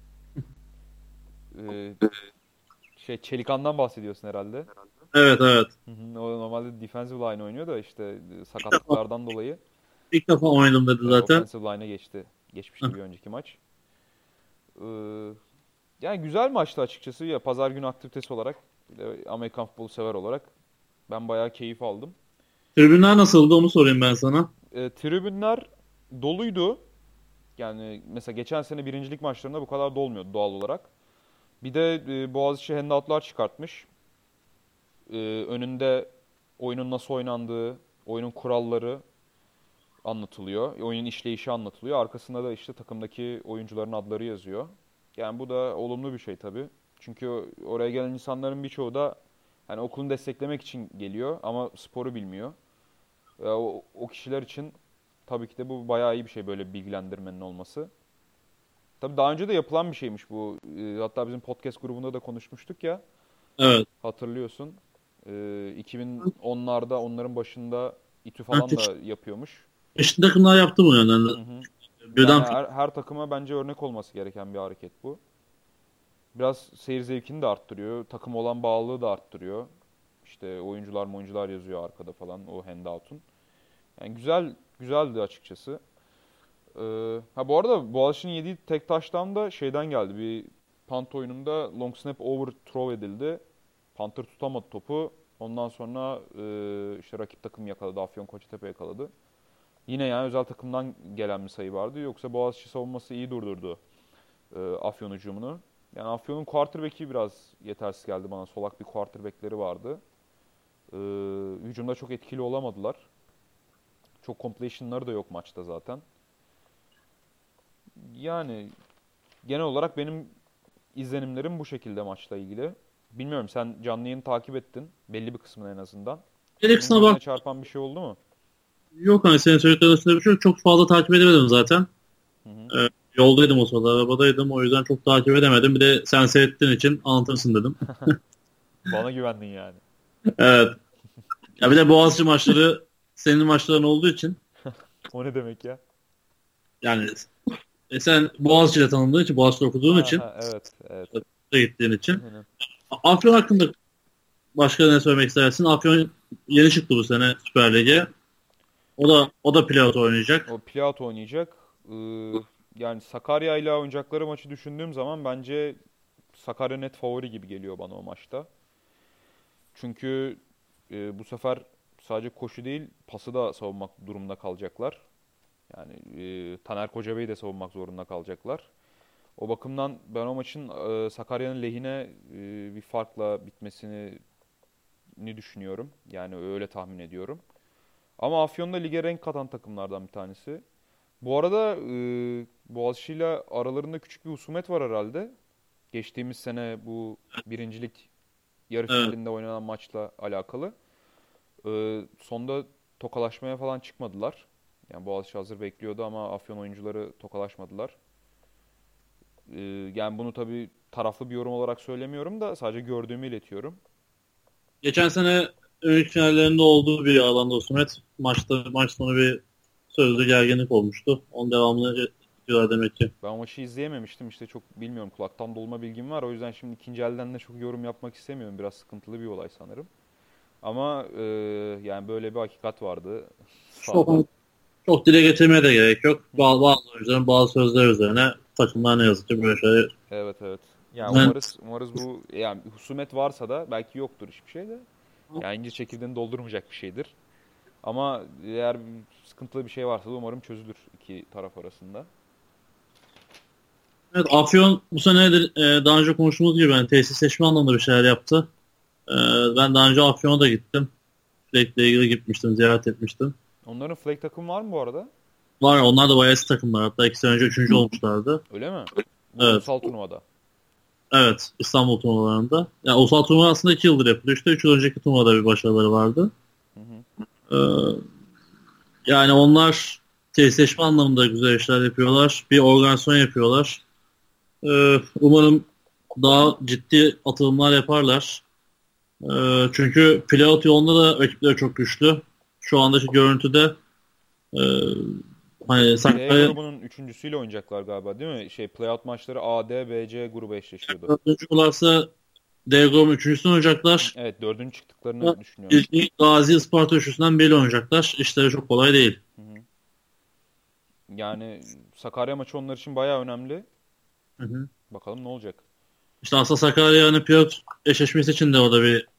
E, Çelikan'dan bahsediyorsun herhalde. Evet, evet. Hı hı. O normalde defensive line oynuyor da işte İlk defa, sakatlıklardan dolayı ilk defa oynadım dedi zaten. offensive line'a geçti. Geçmişti bir önceki maç. Ee, Yani güzel maçtı açıkçası ya, pazar günü aktivitesi olarak, bir de Amerikan futbolu sever olarak ben bayağı keyif aldım. Tribünler nasıldı onu sorayım ben sana. Tribünler doluydu. Yani mesela geçen sene birincilik maçlarında bu kadar dolmuyordu doğal olarak. Bir de Boğaziçi handoutlar çıkartmış. Önünde oyunun nasıl oynandığı, oyunun kuralları anlatılıyor. Oyunun işleyişi anlatılıyor. Arkasında da işte takımdaki oyuncuların adları yazıyor. Yani bu da olumlu bir şey tabii. Çünkü oraya gelen insanların birçoğu da hani okulunu desteklemek için geliyor ama sporu bilmiyor. O kişiler için tabii ki de bu bayağı iyi bir şey, böyle bir bilgilendirmenin olması. Tabii daha önce de yapılan bir şeymiş bu. Hatta bizim podcast grubunda da konuşmuştuk ya. Evet. Hatırlıyorsun. 2010'larda onların başında İTÜ Ha, falan da yapıyormuş. çeşitli takımlar yaptı bunu yani. Hı hı. Yani Birden her takıma bence örnek olması gereken bir hareket bu. Biraz seyir zevkini de arttırıyor. Takım olan bağlılığı da arttırıyor. İşte oyuncular yazıyor arkada falan o handout'un. Yani güzeldi açıkçası. Ha bu arada Boğaziçi'nin yediği tek taştan da şeyden geldi. Bir punt oyununda long snap overthrow edildi. Punter tutamadı topu. Ondan sonra işte rakip takım yakaladı. Afyonkarahisar yakaladı. Yine yani özel takımdan gelen bir sayı vardı. Yoksa Boğaziçi savunması iyi durdurdu Afyon hücumunu. Yani Afyon'un quarterback'i biraz yetersiz geldi bana. Solak bir quarterback'leri vardı. Ee, Hücumda çok etkili olamadılar. Çok completion'ları da yok maçta zaten. Yani genel olarak benim izlenimlerim bu şekilde maçla ilgili. Bilmiyorum, sen canlı yayını takip ettin. Belli bir kısmını en azından. Senin Hepsine gözüne bak. çarpan bir şey oldu mu? Yok hani senin söylediklerin arasında bir şey yok. Çok fazla takip edemedim zaten. Hı hı. Yoldaydım o sırada, arabadaydım. O yüzden çok takip edemedim. Bir de sen seyrettiğin için anlatırsın dedim. Bana güvendin yani. Evet. Ya bir de Boğaziçi maçları senin maçların olduğu için O ne demek ya? yani sen Boğaziçi'yle tanındığın için, Boğaziçi'de okuduğun Ha için, ha, evet evet. gittiğin için. Aynen. Afyon hakkında başka ne söylemek istersin? Afyon yeni çıktı bu sene Süper Lig'e. O da playoff oynayacak. O Pilat oynayacak. Yani Sakarya ile oynayacakları maçı düşündüğüm zaman bence Sakarya net favori gibi geliyor bana o maçta. Çünkü bu sefer sadece koşu değil, pası da savunmak durumunda kalacaklar. Yani Taner Kocabey'i de savunmak zorunda kalacaklar. O bakımdan ben o maçın Sakarya'nın lehine bir farkla bitmesini düşünüyorum. Yani öyle tahmin ediyorum. Ama Afyon da lige renk katan takımlardan bir tanesi. Bu arada Boğaziçi ile aralarında küçük bir husumet var herhalde. Geçtiğimiz sene bu birincilik yarı Evet. finalinde oynanan maçla alakalı. Sonda tokalaşmaya falan çıkmadılar. Yani Boğaziçi hazır bekliyordu ama Afyon oyuncuları tokalaşmadılar. Ee, Yani bunu tabii taraflı bir yorum olarak söylemiyorum da sadece gördüğümü iletiyorum. Geçen sene ön finallerinde olduğu bir alanda husumet. Maç sonu bir sözlü gerginlik olmuştu. Onun devamını ediyorlar demek ki. Ben o maçı izleyememiştim, işte çok bilmiyorum, kulaktan dolma bilgim var. O yüzden şimdi ikinci elden de çok yorum yapmak istemiyorum. Biraz sıkıntılı bir olay sanırım. Ama yani böyle bir hakikat vardı sahada. Çok, çok dile getirmeye de gerek yok. Bazı oyuncuların bazı sözler üzerine takımlar ne yazık ki böyle şeyler. Evet evet. Yani Ben, umarız bu, yani husumet varsa da belki yoktur hiçbir şey de. Yani incir çekirdeğini doldurmayacak bir şeydir. Ama eğer sıkıntılı bir şey varsa da umarım çözülür iki taraf arasında. evet, Afyon bu sene daha önce konuştuğumuz gibi yani tesisleşme anlamında bir şeyler yaptı. E, Ben daha önce Afyon'a da gittim. Sürekli ilgili gitmiştim, ziyaret etmiştim. Onların flag takım var mı bu arada? Var, onlar da bayağı eski takımlar. Hatta 2 sene önce üçüncü olmuşlardı. Öyle mi? Bu Evet. ulusal turnuvada. Evet. İstanbul turnuvalarında. Yani ulusal turnuva aslında 2 yıldır yapılıyor. İşte 3 yıl önceki turnuvada bir başarıları vardı. Hı hı. Ee, Yani onlar tesisleşme anlamında güzel işler yapıyorlar. Bir organizasyon yapıyorlar. Umarım daha ciddi atılımlar yaparlar. Çünkü playout yolunda da rakipleri çok güçlü. Şu andaki görüntüde e, hani D Sakarya grubunun üçüncüsüyle oynayacaklar galiba, değil mi? Şey, playout maçları A, D, B, C grubu eşleşiyordu. dördüncü olarsa D grubunun üçüncüsünü oynayacaklar. Evet, dördüncü çıktıklarını düşünüyorum. İlk Gazi Isparta üçlüsünden biri oynayacaklar. İşleri çok kolay değil. Hı hı. Yani Sakarya maçı onlar için bayağı önemli. Hı hı. Bakalım ne olacak. İşte aslında Sakarya hani pilot eşleşmesi için de o da bir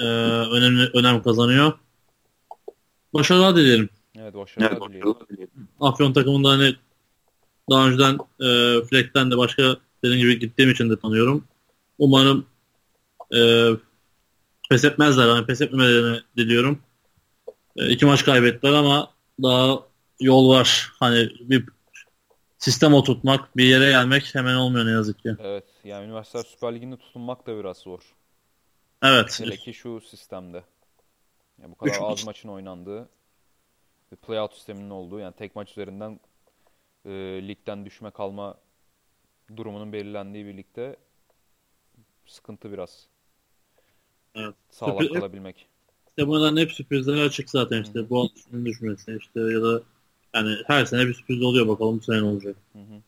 önem kazanıyor. Başarılar dilerim. Evet, başarılar dileyelim. Afyon takımında hani daha önceden Fleck'ten de başka dediğim gibi gittiğim için de tanıyorum. Umarım e, pes etmezler. Hani pes etmemelerini diliyorum. 2 maç kaybettiler ama daha yol var. Hani bir sistem oturtmak, bir yere gelmek hemen olmuyor ne yazık ki. Evet, yani Üniversiteler Süper Ligi'nde tutunmak da biraz zor. Evet. Hele ki şu sistemde. Yani bu kadar Üç, az maçın oynandığı ve playout sisteminin olduğu, yani tek maç üzerinden ligden düşme kalma durumunun belirlendiği bir ligde sıkıntı biraz evet. sağlam kalabilmek. İşte bunların hep sürprizleri açık zaten Hı hı, işte. Bu alışımın düşmesi işte ya da yani her sene bir sürpriz oluyor, bakalım bu sene ne olacak. hı hı.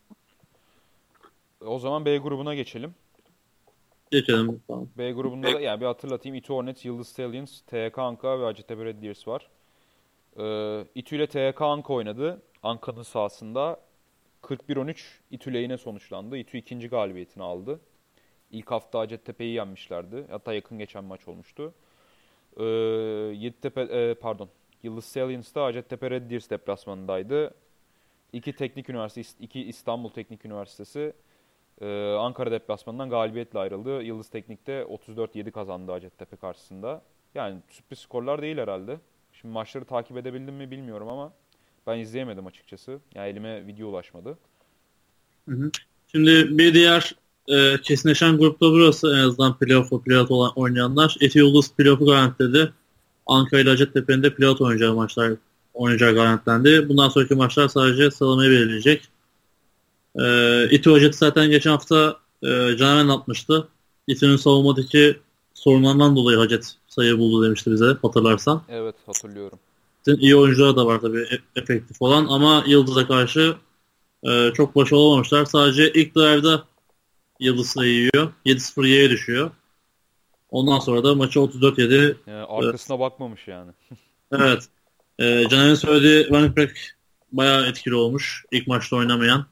O zaman B grubuna geçelim. Geçelim. Tamam. B grubunda da yani bir hatırlatayım. İTÜ Hornets, Yıldız Stallions, TYK Anka ve Hacettepe Red Deers var. İTÜ ile TYK Anka oynadı. Anka'nın sahasında 41-13 İTÜ lehine sonuçlandı. İTÜ ikinci galibiyetini aldı. İlk hafta Hacettepe'yi yenmişlerdi. Hatta yakın geçen maç olmuştu. Ee, pardon. Yıldız Stallions da Hacettepe Red Deers deplasmanındaydı. İki İstanbul Teknik Üniversitesi Ankara deplasmanından galibiyetle ayrıldı. Yıldız Teknik'te 34-7 kazandı Hacettepe karşısında. Yani sürpriz skorlar değil herhalde. Şimdi maçları takip edebildim mi bilmiyorum ama ben izleyemedim açıkçası. Yani elime video ulaşmadı. Hı hı. Şimdi bir diğer kesinleşen grupta burası, en azından playoff olan oynayanlar. Eti Yıldız playoff'u garantiledi. Ankara ile Hacettepe'nin de playoff oynayacağı garantilendi. Bundan sonraki maçlar sadece sıralamayı belirleyecek. İTÜ Hacet zaten geçen hafta Caner'in atmıştı. İTÜ'nün savunmadaki sorunlarından dolayı Hacet sayı buldu demişti bize, hatırlarsan. Evet, hatırlıyorum. İyi oyuncular da var tabii, efektif olan, ama Yıldız'a karşı çok başarılı olamamışlar. Sadece ilk drive'da Yıldız sayı yiyor. 7-0 Y'ye düşüyor. Ondan sonra da maçı 34-7. Yani arkasına bakmamış yani. Evet. Caner'in söylediği running back bayağı etkili olmuş. İlk maçta oynamayan.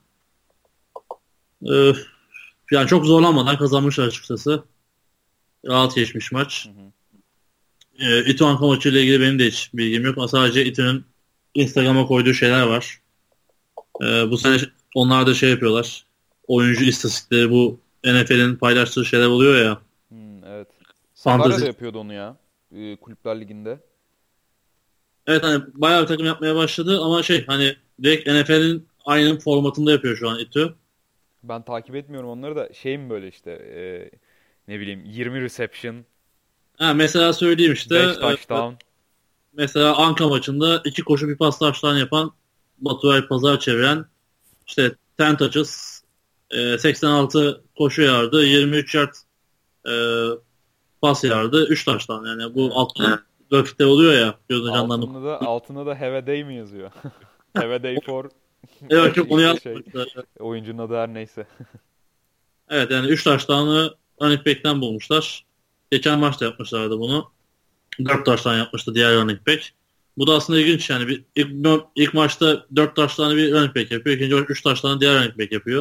E, Yani çok zorlanmadan kazanmışlar açıkçası. Rahat geçmiş maç. Hı hı. İTÜ Anka maçıyla ilgili benim de hiç bilgim yok. Ama sadece İTÜ'nün Instagram'a koyduğu şeyler var. Bu sene onlar da şey yapıyorlar. Oyuncu istatistikleri, bu NFL'in paylaştığı şeyler oluyor ya. Evet. Sakarya da Fantezi. yapıyordu onu ya. Kulüpler Ligi'nde. Evet, hani bayağı bir takım yapmaya başladı ama şey, hani direkt NFL'in aynı formatında yapıyor şu an İTÜ. Ben takip etmiyorum onları da, şey mi böyle işte, ne bileyim, 20 reception, Ha, mesela söyleyeyim işte, 5 touchdown. mesela Anka maçında 2 koşu bir pas taştan yapan Baturay Pazar çeviren, işte 10 touches, 86 koşu yardı, 23 yard e, pas yardı, 3 taştan, yani bu Evet. altın grafikte oluyor ya, gözünü canlandı. Altında da have a day mi yazıyor? Have a day for Evet, çok onu işte şey, yazmışlar. oyuncunun adı her neyse. Evet, yani 3 taştanı running back'ten bulmuşlar. Geçen maçta yapmışlardı bunu. 4 taştan yapmıştı diğer running back. Bu da aslında ilginç yani. İlk maçta 4 taştanı bir running back yapıyor. İkinci maç 3 taştanı diğer running back yapıyor.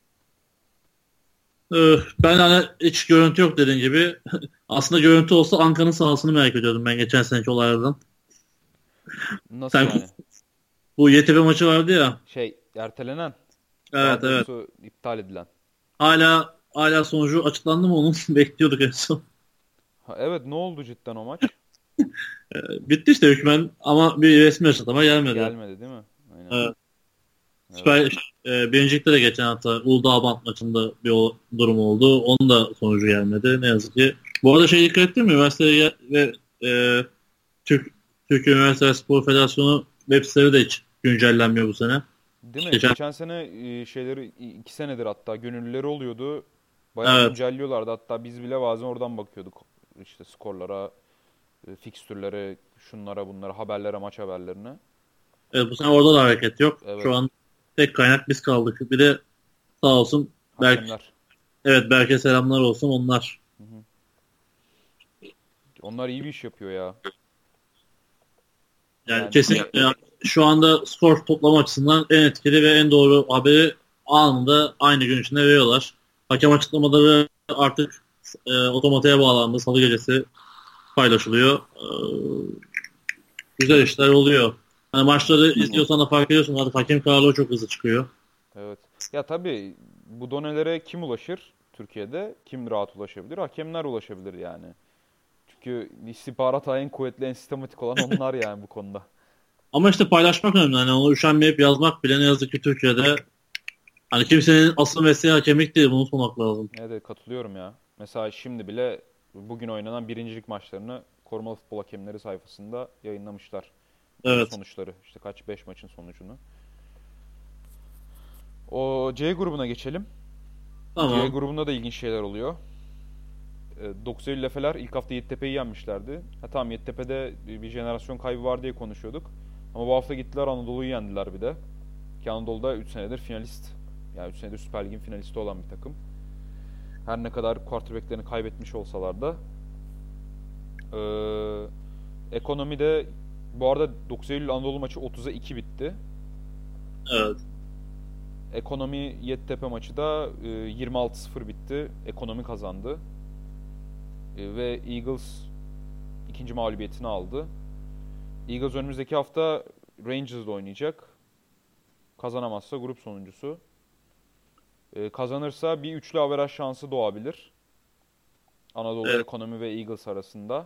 Ben hani hiç görüntü yok dediğin gibi. Aslında görüntü olsa Anka'nın sahasını merak ediyordum ben geçen seneki olaylardan. Nasıl Sen yani? bu YTP maçı vardı ya. Şey, ertelenen, Evet, daha evet. doğrusu iptal edilen. Hala sonucu açıklandı mı onun? Bekliyorduk en son. Ha, evet, ne oldu cidden o maç? Bitti işte hükmen, ama bir resmi açıklama gelmedi. Gelmedi değil mi? Aynen. Evet. Evet. Birincilikte de geçen hafta Uludağ Bant maçında bir durum oldu. Onun da sonucu gelmedi. Ne yazık ki. Bu arada şey, dikkat ettin mi? Ve e, Türk Türkiye Üniversiteler Spor Federasyonu web siteleri de hiç güncellenmiyor bu sene. Değil mi? Geçen Geçen sene şeyleri, 2 senedir hatta gönüllüleri oluyordu. Bayağı evet. güncelliyorlardı. Hatta biz bile bazen oradan bakıyorduk. İşte skorlara, fikstürlere, şunlara bunlara, haberlere, maç haberlerine. Evet, bu sene orada da hareket yok. Evet. Şu an tek kaynak biz kaldık. Bir de sağ olsun Hakemler. evet, Berke selamlar olsun onlar. Hı hı. Onlar iyi bir iş yapıyor ya. Yani Yani kesinlikle, yani şu anda skor toplama açısından en etkili ve en doğru haberi anında aynı gün içinde veriyorlar. Hakem açıklamaları artık otomatiğe bağlandı. Salı gecesi paylaşılıyor. Güzel işler oluyor. Hani maçları izliyorsan da fark ediyorsun, artık hakem kararları çok hızlı çıkıyor. evet. Ya tabii, bu donelere kim ulaşır Türkiye'de? Kim rahat ulaşabilir? Hakemler ulaşabilir yani. Çünkü istihbarat en kuvvetli, en sistematik olan onlar yani bu konuda. Ama işte paylaşmak önemli. Hani onu üşenmeyip yazmak bile ne yazık ki Türkiye'de, hani kimsenin asıl mesleği hakemlik değil. Bunu unutmamak lazım. Evet, katılıyorum ya. Mesela şimdi bile bugün oynanan birincilik maçlarını Korumalı Futbol Hakemleri sayfasında yayınlamışlar. Evet. Sonuçları. İşte kaç, 5 maçın sonucunu. O C grubuna geçelim. C Tamam. grubunda da ilginç şeyler oluyor. 9 Eylül Efeler ilk hafta Yeditepe'yi yenmişlerdi. Ha tamam, Yeditepe'de bir jenerasyon kaybı var diye konuşuyorduk. Ama bu hafta gittiler Anadolu'yu yendiler bir de. Ki Anadolu'da 3 senedir finalist. Yani 3 senedir Süper Lig'in finalisti olan bir takım. Her ne kadar quarterback'lerini kaybetmiş olsalar da. Ekonomide bu arada 9 Eylül Anadolu maçı 30'a 2 bitti. Evet. Ekonomi Yeditepe maçı da 26-0 bitti. Ekonomi kazandı. Ve Eagles ikinci mağlubiyetini aldı. Eagles önümüzdeki hafta Rangers'la oynayacak. Kazanamazsa grup sonuncusu. Kazanırsa bir üçlü averaj şansı doğabilir. Anadolu, Evet. Ekonomi ve Eagles arasında.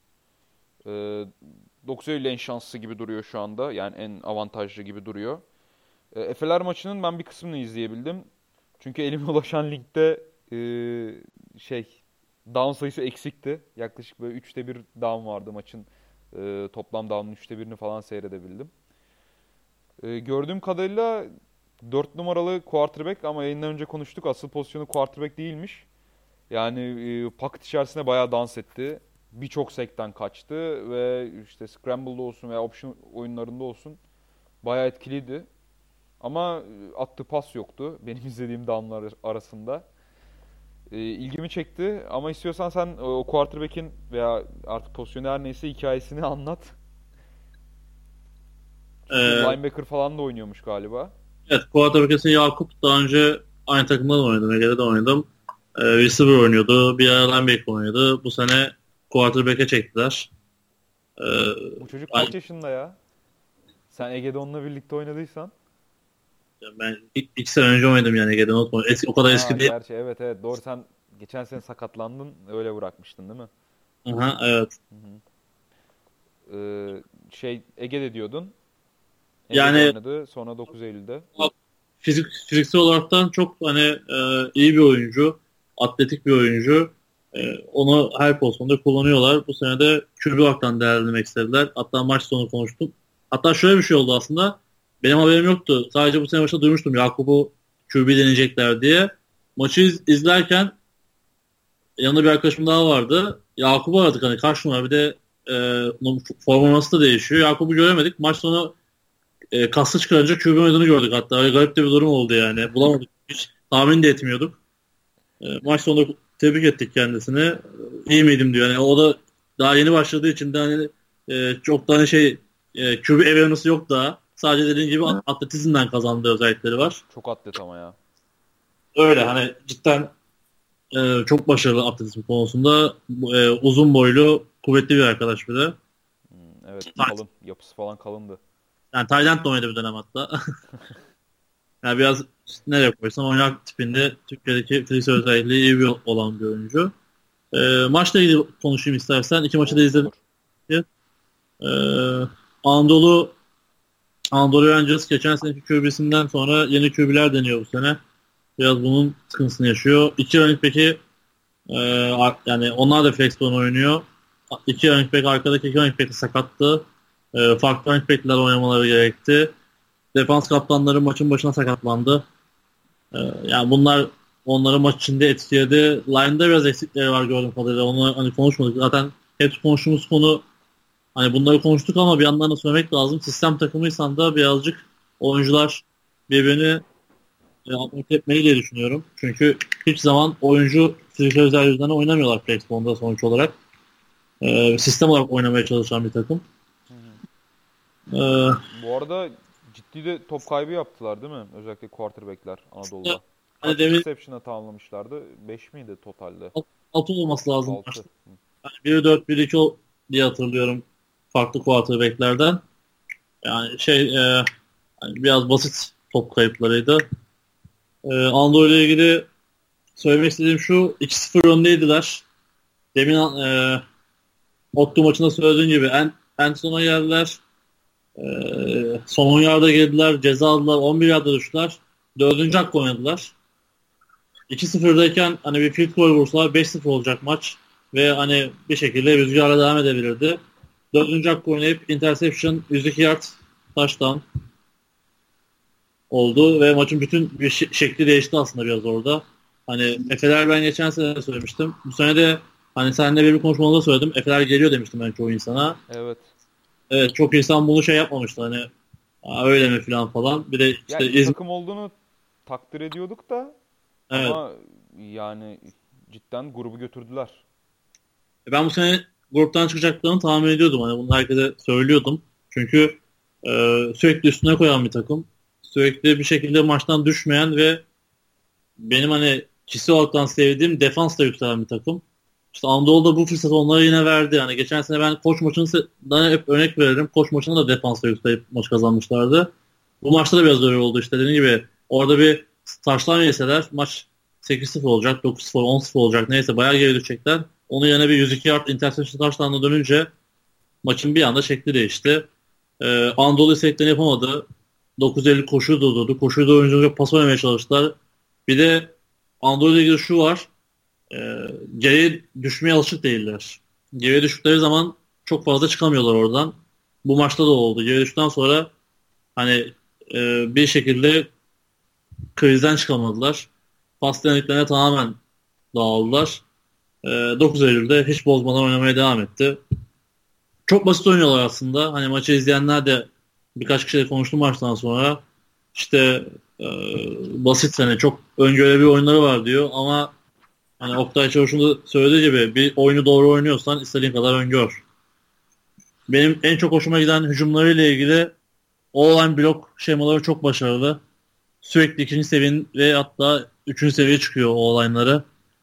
9 Eylül en şanslı gibi duruyor şu anda. Yani en avantajlı gibi duruyor. Efeler maçının ben bir kısmını izleyebildim. Çünkü elime ulaşan linkte şey down sayısı eksikti. Yaklaşık böyle 1/3 down vardı maçın. Toplam down'un 1/3'ünü falan seyredebildim. Gördüğüm kadarıyla 4 numaralı quarterback ama yayından önce konuştuk. Asıl pozisyonu quarterback değilmiş. Yani pocket içerisinde bayağı dans etti. Birçok sekten kaçtı ve işte scramble'da olsun veya option oyunlarında olsun bayağı etkiliydi. Ama attığı pas yoktu benim izlediğim downlar arasında. İlgimi çekti ama istiyorsan sen o quarterback'in veya artık pozisyonu her neyse hikayesini anlat. Çünkü Ee, linebacker falan da oynuyormuş galiba. evet, quarterback'e Yakup daha önce aynı takımda da oynadım. Ege'de de oynadım. Receiver oynuyordu. Bir ara linebacker oynuyordu. Bu sene quarterback'e çektiler. Ee, Bu çocuk ben, kaç yaşında ya? Sen Ege'de onunla birlikte oynadıysan. ben 2 sene önce oynadım yani Ege'de unutma. O kadar Ha eski değil. gerçi evet evet doğru sen geçen sene sakatlandın öyle bırakmıştın değil mi? Aha, evet. Hı hı. Şey Ege'de diyordun. Ege'de Yani oynadı sonra 9 Eylül'de. fiziksel olaraktan çok hani iyi bir oyuncu. Atletik bir oyuncu. Onu her pozisyonda kullanıyorlar. Bu sene de QB olaraktan değerlendirmek istediler. Hatta maç sonu konuştuk. Hatta şöyle bir şey oldu aslında. Benim haberim yoktu. Sadece bu sene başında duymuştum. Yakup'u QB deneyecekler diye. Maçı izlerken yanında bir arkadaşım daha vardı. Yakup'u aradık hani kaç numara bir de forması da değişiyor. Yakup'u göremedik. Maç sonu kası çıkarınca QB oynadığını gördük hatta. Öyle garip de bir durum oldu yani. Bulamadık. Hiç tahmin de etmiyorduk. Maç sonunda tebrik ettik kendisini. İyi miydim diyor. Yani o da daha yeni başladığı için de hani çok da hani QB awareness'ı yok daha. Sadece dediğin gibi atletizmden kazandığı özellikleri var. Çok atlet ama ya. Öyle hani cidden çok başarılı atletizm konusunda. Uzun boylu, kuvvetli bir arkadaş bir de. Evet kalın. Yapısı falan kalındı. Yani Tayland'da oynadı bir dönem hatta. Yani biraz nereye koysan oynak tipinde Türkiye'deki fiziksel özelliği iyi bir olan bir oyuncu. Maçla ilgili konuşayım istersen. İki maçı da Olur izledim. olur. Ee, Anadolu Anadolu Rangers geçen seneki QB'sinden sonra yeni QB'ler deniyor bu sene. Biraz bunun sıkıntısını yaşıyor. İki running back'i yani onlar da flexbone oynuyor. İki running back arkadaki iki running back de sakattı. Farklı running back'ler oynamaları gerekti. Defans kaptanları maçın başına sakatlandı. Yani bunlar onları maç içinde etkiledi. Line'da biraz eksikleri var gördüğüm kadarıyla. Onu hani konuşmadık. Zaten hep konuştuğumuz konu hani bunları konuştuk ama bir yandan da söylemek lazım. Sistem takımıysan da birazcık oyuncular birbirini anlık etmeli diye düşünüyorum. Çünkü hiç zaman oyuncu fiziksel özelliği yüzünden oynamıyorlar Flexbone'da sonuç olarak. Sistem olarak oynamaya çalışan bir takım. Hı hı. Ee, Bu arada ciddi de top kaybı yaptılar değil mi? Özellikle quarterback'ler Anadolu'da. hani Kaç demin interception'a tamamlamışlardı? 5 miydi totalde? 6 olması lazım. 6. Yani 1-4, 1-2 diye hatırlıyorum farklı quarterback'lerden. Yani hani biraz basit top kayıplarıydı. Anadolu ile ilgili söylemek istediğim şu 2-0 öndeydiler. Demin Ottu maçında söylediğim gibi en sona geldiler. Son 10 yarda geldiler. Ceza aldılar. 11 yarda düştüler. 4. hakkı oynadılar. 2-0'dayken hani bir field goal vursalar 5-0 olacak maç. Ve hani bir şekilde rüzgarla devam edebilirdi. 4. hakkı oynayıp interception 102 yard touchdown oldu ve maçın bütün bir şekli değişti aslında biraz orada. Hani Efeler ben geçen sene de söylemiştim. Bu sene de hani seninle bir konuşmamda söyledim. Efeler geliyor demiştim ben çoğu insana. Evet. Evet çok insan bunu yapmamıştı hani öyle mi falan. Bir de Ya işte iyi takım olduğunu takdir ediyorduk da evet. ama yani cidden grubu götürdüler. Ben bu sene gruptan çıkacaklarını tahmin ediyordum. Hani bunu herkese söylüyordum. Çünkü e, sürekli üstüne koyan bir takım. Sürekli bir şekilde maçtan düşmeyen ve benim hani kişisel olarak sevdiğim defansla yükselen bir takım. İşte Anadolu'da bu fırsatı onlara yine verdi. Yani geçen sene ben Koç maçından hep örnek veririm. Koç maçında da defansla yükselip maç kazanmışlardı. Bu maçta da biraz öyle oldu işte. Dediğim gibi orada bir taşlama yeseler maç 8-0 olacak, 9-0, 10-0 olacak. Neyse bayağı geri düşecekler. Onun yerine bir 102 yard interception taşlanına dönünce maçın bir anda şekli değişti. Anadolu isteklerini yapamadı. 950 koşuyu durdurdu. Koşuyu da oyunculara pas oynamaya çalıştılar. Bir de Anadolu'yla ilgili şu var. Geriye düşmeye alışık değiller. Geriye düştükleri zaman çok fazla çıkamıyorlar oradan. Bu maçta da oldu. Geriye düştükten sonra hani bir şekilde krizden çıkamadılar. Pas denediklerine tamamen dağıldılar. 9 Eylül'de hiç bozmadan oynamaya devam etti. Çok basit oynuyorlar aslında. Hani maçı izleyenler de birkaç kişiyle konuştu maçtan sonra. İşte basit, hani çok öngörülebilir oyunları var diyor ama hani Oktay Çavuş'un da söylediği gibi bir oyunu doğru oynuyorsan istediğin kadar öngör. Benim en çok hoşuma giden hücumlarıyla ilgili all-line blok şemaları çok başarılı. Sürekli ikinci seviyenin ve hatta üçüncü seviyeye çıkıyor o olayları.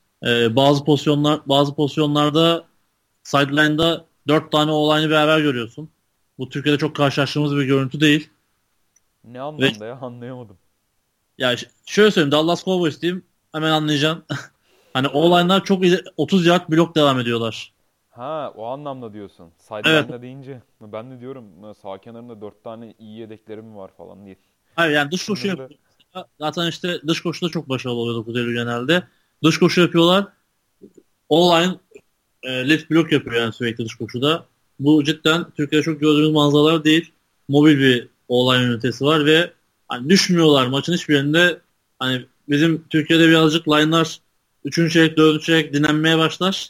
Bazı pozisyonlarda sideline'da 4 tane olayını beraber görüyorsun. Bu Türkiye'de çok karşılaştığımız bir görüntü değil. Ne Ve anlamda ya, anlayamadım. ya şöyle söyleyeyim, Dallas Cowboys diyeyim hemen anlayacaksın. Hani o olaylar çok 30 yard blok devam ediyorlar. Ha, o anlamda diyorsun. Evet. Sideline'da deyince ben de diyorum sağ kenarında 4 tane iyi yedeklerim mi var falan diye. Hayır, yani dış koşu Düşündüm de. yapıyor. Zaten işte dış koşuda çok başarılı oluyor 9 Eylül genelde. Dış koşu yapıyorlar. O-line left blok yapıyor yani sürekli dış koşuda. Bu cidden Türkiye'de çok gördüğümüz manzaralar değil. Mobil bir O-line ünitesi var ve hani düşmüyorlar maçın hiçbir yerinde. Hani bizim Türkiye'de birazcık line'lar 3. çeyrek 4. çeyrek dinlenmeye başlar.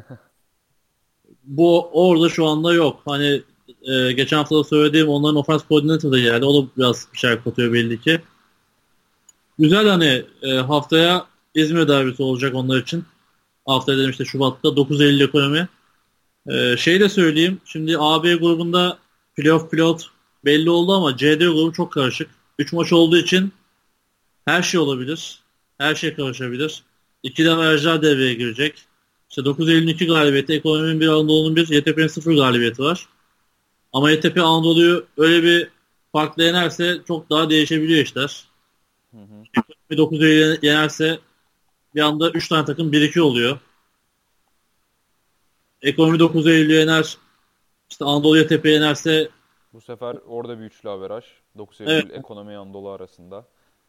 Bu orada şu anda yok. Hani geçen hafta da söylediğim onların ofans koordinatörü de geldi. O da biraz bir şey katıyor belli ki. Güzel, hani haftaya İzmir derbisi olacak onlar için. Haftaya dedim işte Şubat'ta 9 Eylül ekonomi. Şey de söyleyeyim. Şimdi AB grubunda playoff pilot belli oldu ama CD grubu çok karışık. 3 maç olduğu için her şey olabilir. Her şey karışabilir. İkili averajlar devreye girecek. İşte 9 Eylül'ün 2 galibiyeti, ekonominin 1, Anadolu'nun 1, YTP'nin 0 galibiyeti var. Ama YTP Anadolu'yu öyle bir farklı yenerse çok daha değişebiliyor işler. Hı hı. 9 Eylül yenerse bir anda 3 tane takım 1-2 oluyor. Ekonomi 9 Eylül'ü yener. İşte Anadolu YTP yenerse Bu sefer orada bir üçlü averaj. 9 evet, Eylül ekonomi Anadolu arasında.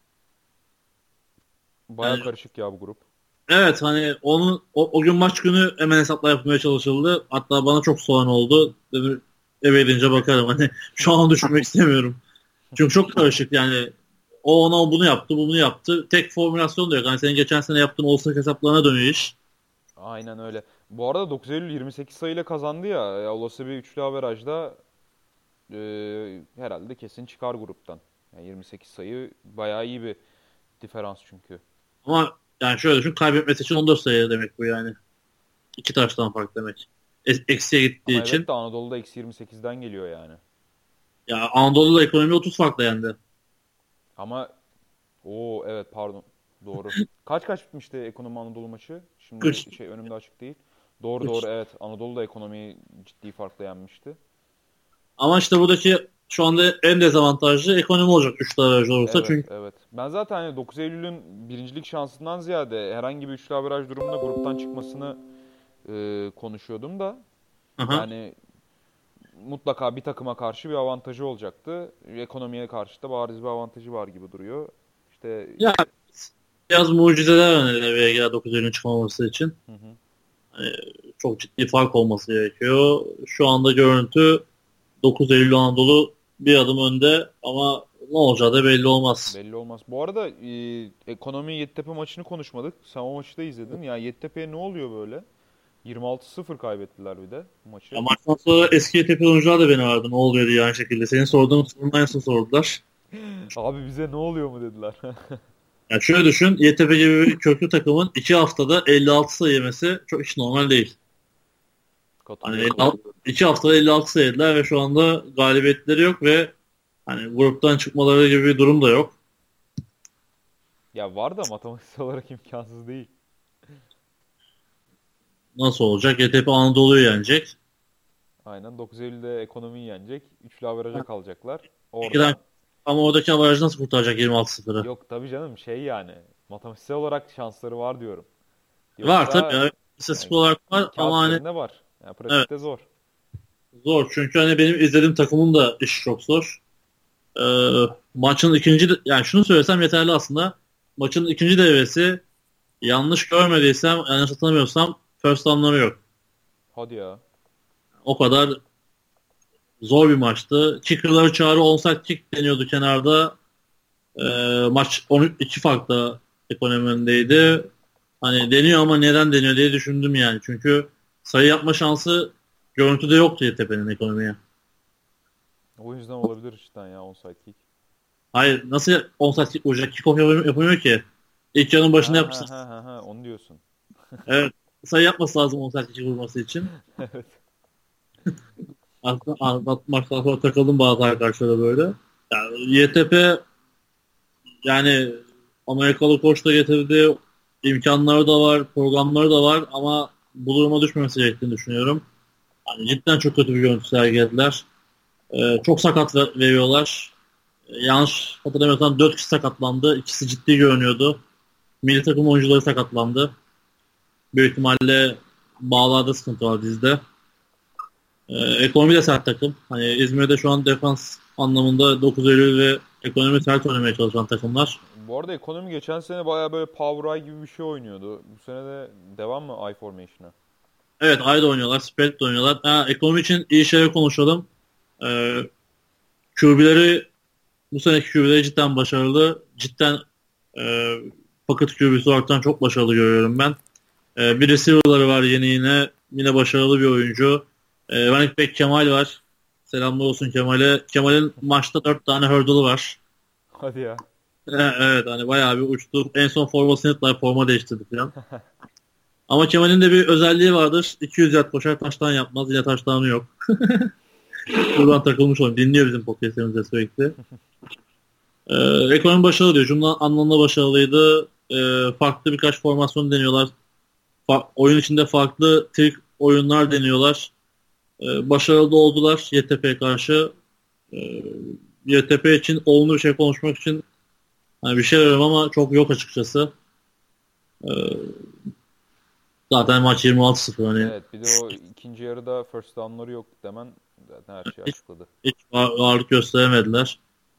Baya yani karışık ya bu grup. evet, hani onun o gün maç günü hemen hesaplar yapmaya çalışıldı. Hatta bana çok soğan oldu. Dedim eve gidince bakarım. Hani şu an düşünmek istemiyorum. Çünkü çok karışık yani. O ona bunu yaptı, bu bunu yaptı. Tek formülasyon da yok. Hani senin geçen sene yaptığın olsa hesaplarına dönüyor iş. Aynen öyle. Bu arada 9 Eylül 28 sayıyla kazandı ya. Olası bir üçlü averajda herhalde kesin çıkar gruptan. Yani 28 sayı bayağı iyi bir diferans çünkü. Ama yani şöyle düşün, kaybetmesi için 14 sayı demek bu yani. İki taştan fark demek. Eksiye gittiği Ama için. evet de Anadolu'da eksi 28'den geliyor yani. Ya Anadolu'da ekonomi 30 farkla yendi. Ama o evet, pardon. Doğru. Kaç bitmişti ekonomi Anadolu maçı? Şimdi 40. önümde açık değil. Doğru doğru, evet. Anadolu da ekonomiyi ciddi farkla yenmişti. Ama işte buradaki şu anda en dezavantajlı ekonomi olacak 3 aracı olursa. Evet, Çünkü evet. Ben zaten hani 9 Eylül'ün birincilik şansından ziyade herhangi bir üçlü averaj durumunda gruptan çıkmasını konuşuyordum da. aha. Yani mutlaka bir takıma karşı bir avantajı olacaktı. Ekonomiye karşı da bariz bir avantajı var gibi duruyor. İşte Ya biraz mucizeler hani devreye girer 9 Eylül'ün çıkmaması için. hı hı. Hani çok ciddi fark olması gerekiyor. Şu anda görüntü 9 Eylül Anadolu bir adım önde ama ne olacağı da belli olmaz. Belli olmaz. Bu arada ekonomi Yeditepe maçını konuşmadık. Sen o maçı da izledin. Ya Yeditepe'ye ne oluyor böyle? 26-0 kaybettiler bir de Ya maçı. maçtan sonra eski YTP oyuncular da beni aradı. Ne oluyor diye aynı şekilde. Senin sorduğun sorunun aynısını sordular. Abi bize ne oluyor mu dediler. Yani şöyle düşün. YTP gibi bir köklü takımın 2 haftada 56 sayı yemesi çok hiç normal değil. Hani Katılıyorum. 2 haftada 56 sayı yediler ve şu anda galibiyetleri yok ve hani gruptan çıkmaları gibi bir durum da yok. Ya var da matematiksel olarak imkansız değil. Nasıl olacak? YTP Anadolu'yu yenecek. Aynen, 9 Eylül'de ekonomiyi yenecek. Üçlü averaja kalacaklar. İkiden, Oradan ama oradaki avarajı nasıl kurtaracak 26-0'ı? yok tabii canım, yani matematiksel olarak şansları var diyorum. Var tabii. Yoksa Yani, istatistik yani olarak var kağıt ama hani üzerinde var. Yani evet, pratikte zor. zor. Çünkü hani benim izlediğim takımın da işi çok zor. Maçın ikinci, yani şunu söylesem yeterli aslında. maçın ikinci devresi yanlış görmediysem, yanlış hatırlamıyorsam first down'ları yok. Hadi ya. O kadar zor bir maçtı. Kicker'ları çağrı onside kick deniyordu kenarda. Maç 2 farklı ekonomindeydi. Hani deniyor ama neden deniyor diye düşündüm yani. Çünkü sayı yapma şansı görüntüde yoktu YTP'nin ekonomiye. O yüzden olabilir cidden ya onside kick. Hayır, nasıl onside kick olacak? Kick-off yapamıyor ki. İlk yarının başında yapmışsın. Onu diyorsun. Evet. Sayı yapması lazım onside kick vurması için. Evet. Aslında maçtan sonra takıldım bazı arkadaşlara böyle. Yani YTP yani Amerikalı koç da getirdi. İmkanları da var, programları da var ama bu duruma düşmemesi gerektiğini düşünüyorum. Yani cidden çok kötü bir görüntü sergilediler. Çok sakat veriyorlar. Yanlış hatırlamıyorsam 4 kişi sakatlandı. İkisi ciddi görünüyordu. Milli takım oyuncuları sakatlandı. Büyük ihtimalle bağlarda sıkıntı var dizde. Ekonomi de sert takım. Hani İzmir'de şu an defans anlamında 9 Eylül ve ekonomi sert oynamaya çalışan takımlar. Bu arada ekonomi geçen sene bayağı böyle Power Eye gibi bir şey oynuyordu. Bu sene de devam mı I Formation'a? Evet, Ay'da oynuyorlar, Spirit'te oynuyorlar. Ekonomi için iyi şeyler konuşalım. QB'leri bu seneki QB'leri cidden başarılı. Cidden Pocket QB'si olaraktan çok başarılı görüyorum ben. Bir receiver'ları var yine. Yine başarılı bir oyuncu. Running back Kemal var. Selamlar olsun Kemal'e. Kemal'in maçta 4 tane hurdle'ı var. Hadi ya. Evet, hani bayağı bir uçtu. En son formasını yırttılar, forma değiştirdi falan. Ama Kemal'in de bir özelliği vardır. 200 yard koşar, taştan yapmaz. Yine taştanı yok. Buradan takılmış olayım. Dinliyor bizim podcast'lerimizde sürekli. Ekonomi başarılı diyor. Cümle anlamında başarılıydı. Farklı birkaç formasyon deniyorlar. Oyun içinde farklı trik oyunlar deniyorlar. Başarılı da oldular YTP'ye karşı. YTP için olumlu bir şey konuşmak için hani bir şey arıyorum ama çok yok açıkçası. Zaten maç 26-0. Hani Evet, bir de o ikinci yarıda first down'ları yok demen zaten her şeyi açıkladı. hiç ağırlık gösteremediler.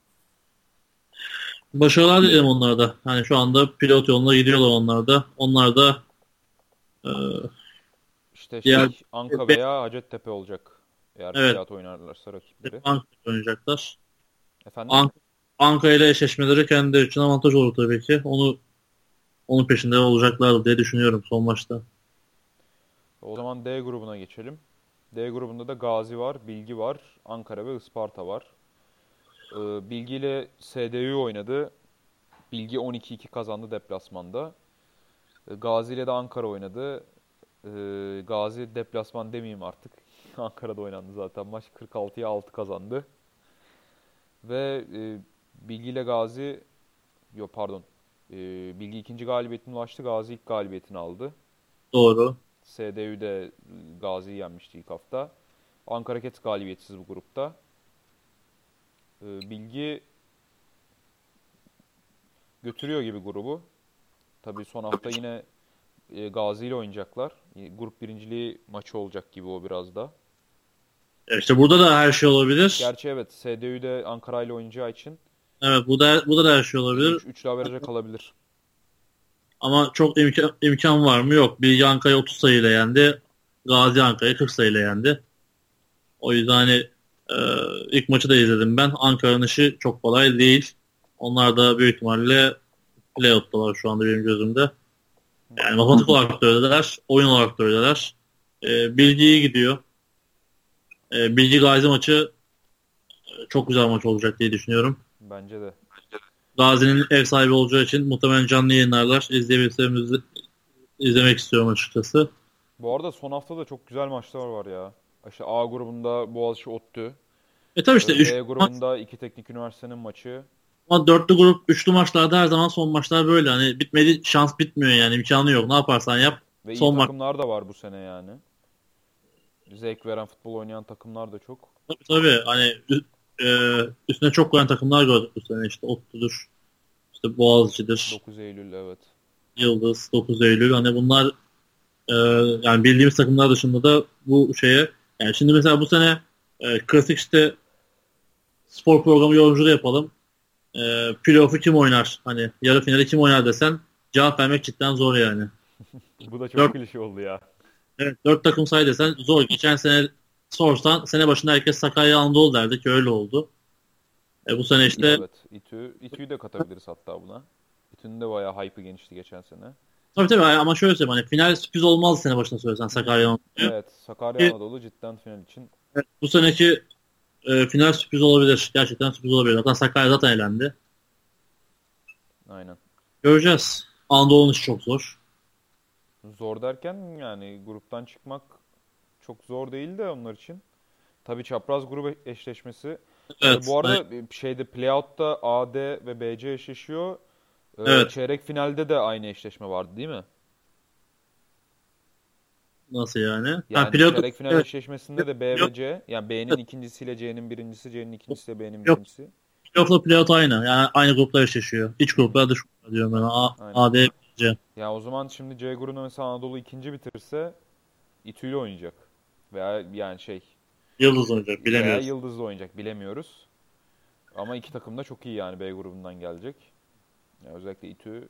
Başarılar dilerim onlara da. Hani şu anda pilot yoluna gidiyorlar onlar da. Onlar da e, İşte diğer Anka veya Hacettepe olacak. Eğer evet, playout oynarlarsa rakipleri. Ankara oynayacaklar. Efendim? Ankara ile eşleşmeleri kendileri için avantaj olur tabii ki. Onun peşinde olacaklardı diye düşünüyorum son maçta. O zaman D grubuna geçelim. D grubunda da Gazi var, Bilgi var, Ankara ve Isparta var. Bilgi ile SDÜ oynadı. Bilgi 12-2 kazandı deplasmanda. Gazi ile de Ankara oynadı. Gazi deplasman demeyeyim artık. Ankara'da oynandı zaten maç. 46'ya 6 kazandı. Ve Bilgi ile Gazi, yok pardon. Bilgi ikinci galibiyetine ulaştı. Gazi ilk galibiyetini aldı. Doğru. SDÜ de Gazi'yi yenmişti ilk hafta. Ankara Cats galibiyetsiz bu grupta. Bilgi götürüyor gibi grubu. Tabii son hafta yine Gazi ile oynayacaklar. Grup birinciliği maçı olacak gibi o biraz da. İşte burada da her şey olabilir. Gerçi evet, SDÜ de Ankara ile oynayacağı için Evet, bu da her şey olabilir. üçlü averaja kalabilir. Ama çok imkan var mı? Yok. Bilgi Ankara'yı 30 sayıyla yendi. Gazi Ankara'yı 40 sayıyla yendi. O yüzden hani ilk maçı da izledim ben. Ankara'nın işi çok kolay değil. Onlar da büyük ihtimalle playoff'talar şu anda benim gözümde. Yani matematik olarak da öyleler. Oyun olarak da öyleler. Bilgi iyi gidiyor. Bilgi Gazi maçı çok güzel maç olacak diye düşünüyorum. Bence de. Gazi'nin ev sahibi olacağı için muhtemelen canlı yayınlarlar. İzleyebilsemiz izlemek istiyorum açıkçası. Bu arada son hafta da çok güzel maçlar var ya. İşte A grubunda Boğaziçi ODTÜ. Tabii işte B grubunda iki teknik üniversitenin maçı. ama dörtlü grup, üçlü maçlarda her zaman son maçlar böyle. Hani bitmedi, şans bitmiyor yani. İmkanı yok. Ne yaparsan yap. Ve iyi Son maç. takımlar da var bu sene yani. Zevk veren futbol oynayan takımlar da çok. Tabii hani üstüne çok koyan takımlar gördük bu sene. İşte ODTÜ'dür, işte Boğaziçi'dir, 9 Eylül evet. Yıldız, 9 Eylül. Hani bunlar yani bildiğimiz takımlar dışında da bu şeye yani şimdi mesela bu sene klasik işte spor programı yorumculuğu yapalım. playoff'u kim oynar? Hani yarı finali kim oynar desen cevap vermek cidden zor yani. Bu da çok 4, klişe oldu ya. evet, 4 takım say desen zor. Geçen sene sorsan sene başında herkes Sakarya Anadolu derdi ki öyle oldu. Bu sene işte Evet. İTÜ'yü de katabiliriz hatta buna. İTÜ'nün de bayağı hype'ı genişti geçen sene. tabii ama şöyle söyleyeyim hani final sürpriz olmaz sene başında söylesen Sakarya Anadolu'yu. Evet. Sakarya Ki, Anadolu cidden final için. evet, bu seneki final sürpriz olabilir. Gerçekten sürpriz olabilir. Zaten Sakarya zaten elendi. Aynen. Göreceğiz. Anadolu'nun işi çok zor. Zor derken yani gruptan çıkmak çok zor değil de onlar için. Tabii çapraz grup eşleşmesi. Evet. Bu arada şeyde playout'ta AD ve BC eşleşiyor. Evet. Çeyrek finalde de aynı eşleşme vardı değil mi? Nasıl yani? Yani Pilot, çeyrek final evet, eşleşmesinde de B pilot, ve C, yani B'nin ikincisiyle C'nin birincisi, C'nin ikincisiyle B'nin yok. birincisi. Pilotla pilot aynı. Yani aynı gruplar eşleşiyor. İç gruplar dış gruplar diyorum ben. Aynen. A, D, C. Ya o zaman şimdi C grubunda mesela Anadolu ikinci bitirse İTÜ ile oynayacak. Veya yani Yıldız oynayacak. veya Bilemiyoruz. Yıldız'la oynayacak bilemiyoruz. Ama iki takım da çok iyi yani B grubundan gelecek. Yani özellikle İTÜ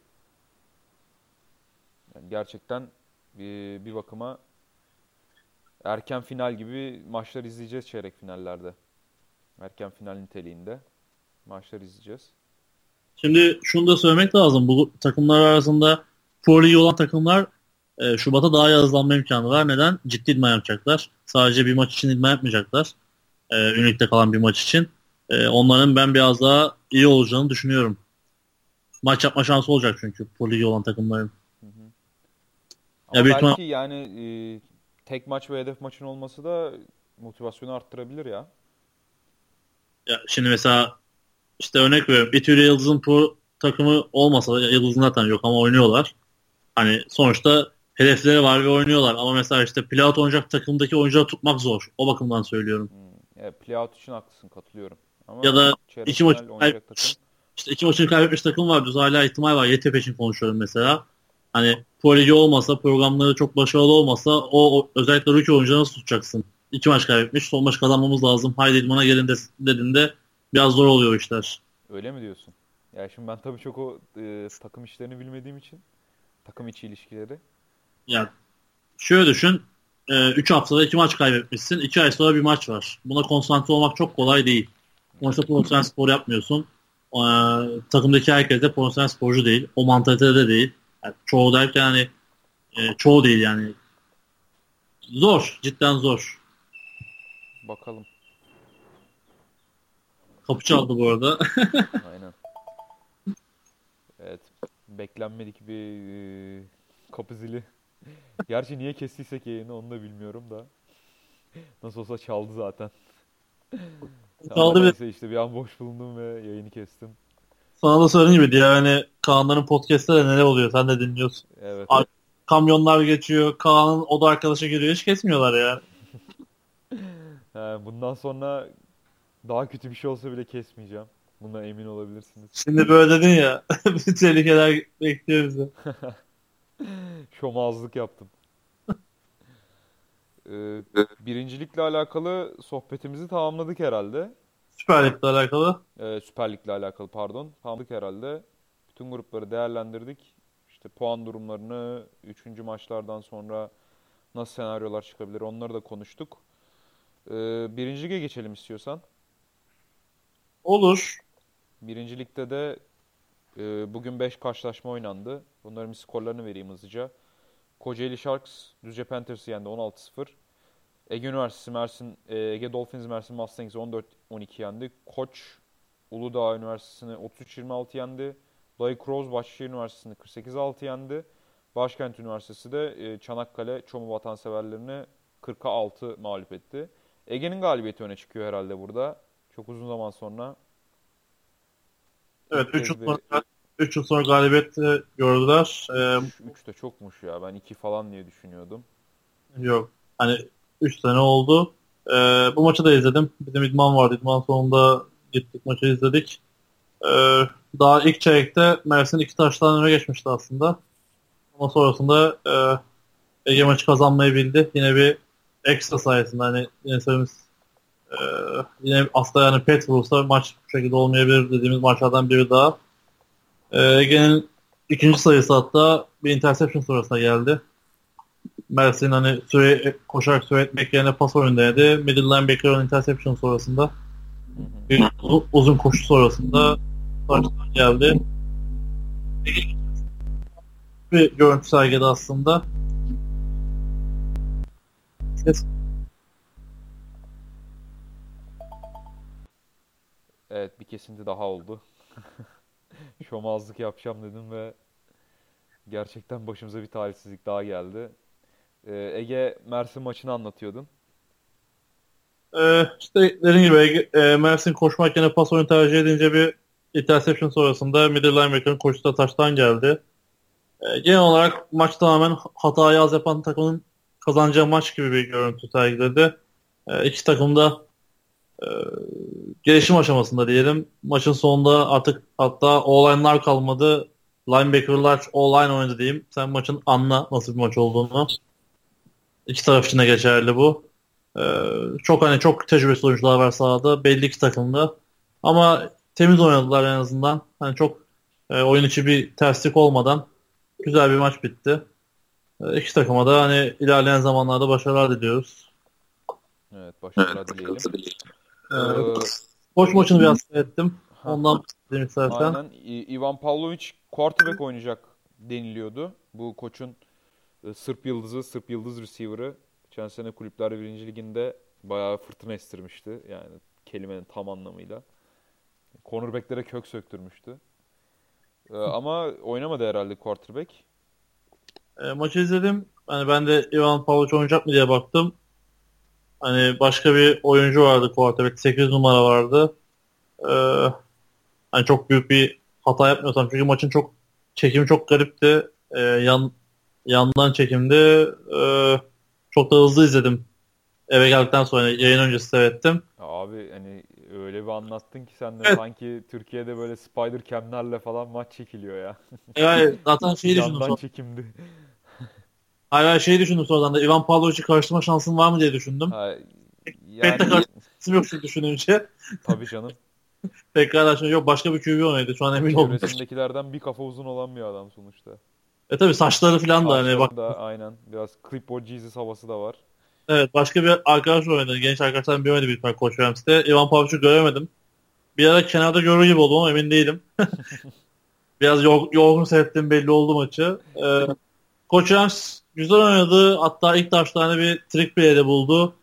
yani gerçekten bir bakıma erken final gibi maçlar izleyeceğiz çeyrek finallerde. Erken final niteliğinde maçlar izleyeceğiz. Şimdi şunu da söylemek lazım. Bu takımlar arasında Pro Ligi olan takımlar Şubat'a daha iyi hızlanma imkanı var. Neden? Ciddi idman yapacaklar. Sadece bir maç için idman yapmayacaklar. Ünlükte kalan bir maç için. Onların ben biraz daha iyi olacağını düşünüyorum. Maç yapma şansı olacak çünkü Pro Ligi olan takımların. Hı hı. Ya Ama büyük ihtimal belki yani tek maç ve hedef maçın olması da motivasyonu arttırabilir ya. şimdi mesela işte örnek veriyorum. İTÜ ile Yıldız'ın pro takımı olmasa da Yıldız'ın zaten yok ama oynuyorlar. Hani sonuçta hedefleri var ve oynuyorlar. Ama mesela işte playout oynayacak takımdaki oyuncuları tutmak zor. O bakımdan söylüyorum. Evet, playout için haklısın, katılıyorum. Ya Ama da çeyrek iki maçı final oynayacak takım. kaybetmiş, işte iki maçını kaybetmiş takım var. Düz hala ihtimal var. YTP için konuşuyorum mesela. Hani Pro Ligi olmasa, programları çok başarılı olmasa özellikle rookie oyuncuları nasıl tutacaksın? İki maç kaybetmiş. Son maç kazanmamız lazım. Haydi idmana gelin dediğinde biraz zor oluyor işler. Öyle mi diyorsun? Ya şimdi ben tabii çok o takım işlerini bilmediğim için takım içi ilişkileri. Yani şöyle düşün. 3 haftada 2 maç kaybetmişsin. 2 ay sonra bir maç var. Buna konsantre olmak çok kolay değil. Sonuçta profesyonel spor yapmıyorsun. Ee, Takımdaki herkes de profesyonel sporcu değil. O mantalitede de değil. Yani çoğu derken hani çoğu değil yani. Zor. Cidden zor. Bakalım. Kapı çaldı bu arada. Aynen. Evet. Beklenmedik bir kapı zili. Gerçi niye kestiysek yayını onu da bilmiyorum da. Nasıl olsa çaldı zaten. Ama Çaldı bir. neyse işte bir an boş bulundum ve yayını kestim. Sana da söylediğim gibi diye hani Kaan'ların podcast'te de neler oluyor sen de dinliyorsun. Evet. Kamyonlar geçiyor. Kaan'ın oda arkadaşı geliyor. Hiç kesmiyorlar ya. Bundan sonra daha kötü bir şey olsa bile kesmeyeceğim. Bundan emin olabilirsiniz. Şimdi böyle dedin ya. Bir tehlikeler bekliyor bizi. Şomazlık yaptım. Ee, Birincilikle alakalı sohbetimizi tamamladık herhalde. Süper Lig'le alakalı. Süper Lig'le alakalı pardon. Tamamladık herhalde. Bütün grupları değerlendirdik. İşte puan durumlarını, üçüncü maçlardan sonra nasıl senaryolar çıkabilir onları da konuştuk. Birinci lige geçelim istiyorsan. Olur. Birinci ligde de bugün 5 karşılaşma oynandı. Bunların bir skorlarını vereyim hızlıca. Kocaeli Sharks Düzce Panthers'ı yendi 16-0. Ege Üniversitesi Ege Dolphins Mersin Mustangs'i 14-12 yendi. Koç Uludağ Üniversitesi'ni 33-26 yendi. Dayı Kroz Bahçeşehir Üniversitesi'ni 48-6 yendi. Başkent Üniversitesi de Çanakkale Çomu Vatanseverlerini 40'a 6 mağlup etti. Ege'nin galibiyeti öne çıkıyor herhalde burada. Çok uzun zaman sonra. Evet İlk 3 yıl kez bir sonra, 3 yıl sonra galibiyet gördüler. 3 de çokmuş ya. Ben 2 falan diye düşünüyordum. Yok. Hani 3 sene oldu. Bu maçı da izledim. Bizim idman vardı. İdman sonunda gittik maçı izledik. Daha ilk çeyrekte Mersin 2 taştan öne geçmişti aslında. Ama sonrasında Ege maçı kazanmayı bildi. Yine bir ekstra sayesinde hani Enes'imiz Yine aslında yani Petrus'ta maç bu şekilde olmayabilir dediğimiz maçlardan biri daha. Ege'nin ikinci sayısı hatta bir interception sonrasında geldi. Mersin hani koşarak süre etmek yerine pas oyunu denedi. Middle linebacker'ın interception sonrasında bir uzun koşu sonrasında touchdown geldi. Bir görüntü sergiledi aslında. Ses Evet, bir kesinti daha oldu. Şomazlık yapacağım dedim ve gerçekten başımıza bir talihsizlik daha geldi. Ege, Mersin maçını anlatıyordun. işte dediğim gibi Mersin koşmak yerine pas oyunu tercih edince bir interception sonrasında middle linebacker'ın koşuda taştan geldi. Genel olarak maç tamamen hatayı az yapan takımın kazanacağı maç gibi bir görüntü sergiledi. İki takım da e, gelişim aşamasında diyelim. Maçın sonunda artık hatta O-line'lar kalmadı. Linebacker'lar O-line oynadı diyeyim. Sen maçın anla nasıl bir maç olduğunu. İki taraf için de geçerli bu. Çok tecrübesiz oyuncular var sahada. Belli iki takımda. Ama temiz oynadılar en azından. Hani çok oyun içi bir terslik olmadan güzel bir maç bitti. İki takıma da hani ilerleyen zamanlarda başarılar diliyoruz. Evet, başarılar dileyelim. Ee, Ee, Koç maçını biraz seyrettim. heh, Ondan bahsedeyim istersen. aynen. Ivan Pavlovic quarterback oynayacak deniliyordu. Bu koçun Sırp Yıldızı, Sırp Yıldız receiver'ı. Geçen sene Kulüpler Birinci Ligi'nde bayağı fırtına estirmişti. Yani kelimenin tam anlamıyla. Cornerback'lere kök söktürmüştü. Ama oynamadı herhalde quarterback. Maçı izledim. Hani ben de Ivan Pavuç oynayacak mı diye baktım. Hani başka bir oyuncu vardı quarterback. 8 numara vardı. Ee, Hani çok büyük bir hata yapmıyorsam. Çünkü maçın çekimi çok garipti. Yandan çekimdi. Çok da hızlı izledim. Eve geldikten sonra yayın öncesi seyrettim. Abi hani öyle bir anlattın ki sen de Evet. sanki Türkiye'de böyle spider cam'lerle falan maç çekiliyor ya. Yani zaten şeyi düşündüm Yandan sonra. çekimdi. Hayır şeyi düşündüm sonradan da. Ivan Pavlovic'i karşılama şansım var mı diye düşündüm. Ha, Pek de yani karşılaşmasım yok çünkü düşününce. tabii canım. Tekrar açınca yok başka bir QB oynadı. Şu an emin oldum. Çevresindekilerden bir kafa uzun olan bir adam sonuçta. Tabii saçları falan da hani bak. Saçlarında aynen biraz Clipboard Jesus havası da var. Evet başka bir arkadaş oynadı. Genç arkadaşlardan biri oynadı bir tane Koç Rams'te. Ivan Pavlovic'i göremedim. Bir ara kenarda görür gibi oldum ama emin değilim. Biraz yorgun seyrettiğim belli oldu maçı. Koç Rams güzel oynadı. Hatta ilk taşlarını bir trick play'de buldu.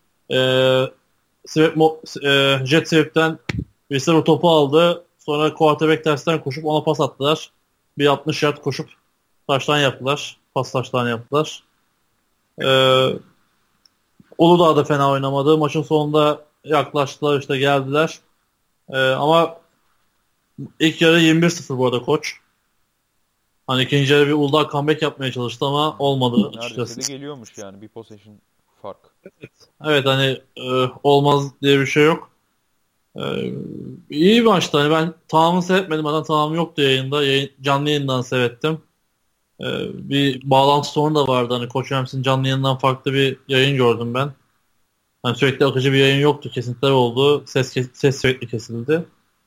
Jet sweep'ten receiver topu aldı. Sonra quarterback tersten koşup ona pas attılar. Bir 60 yard koşup taştan yaptılar. Pas taştan yaptılar. Ee, Uludağ da fena oynamadı. Maçın sonunda yaklaştılar işte geldiler. Ama ilk yarı 21-0 bu arada koç. Hani ikinci yarı bir Uludağ comeback yapmaya çalıştı ama olmadı Neredeyse de açıkçası. geliyormuş yani bir possession fark. Evet hani olmaz diye bir şey yok. E, iyi bir maçtı. Hani ben tamamını seyretmedim. Zaten tamamı yoktu yayında. Canlı yayından seyrettim. Bir bağlantı sorunu da vardı. Hani Koç Rams'in canlı yayından farklı bir yayın gördüm ben. Hani sürekli akıcı bir yayın yoktu. Kesintiler oldu. Ses sürekli kesildi.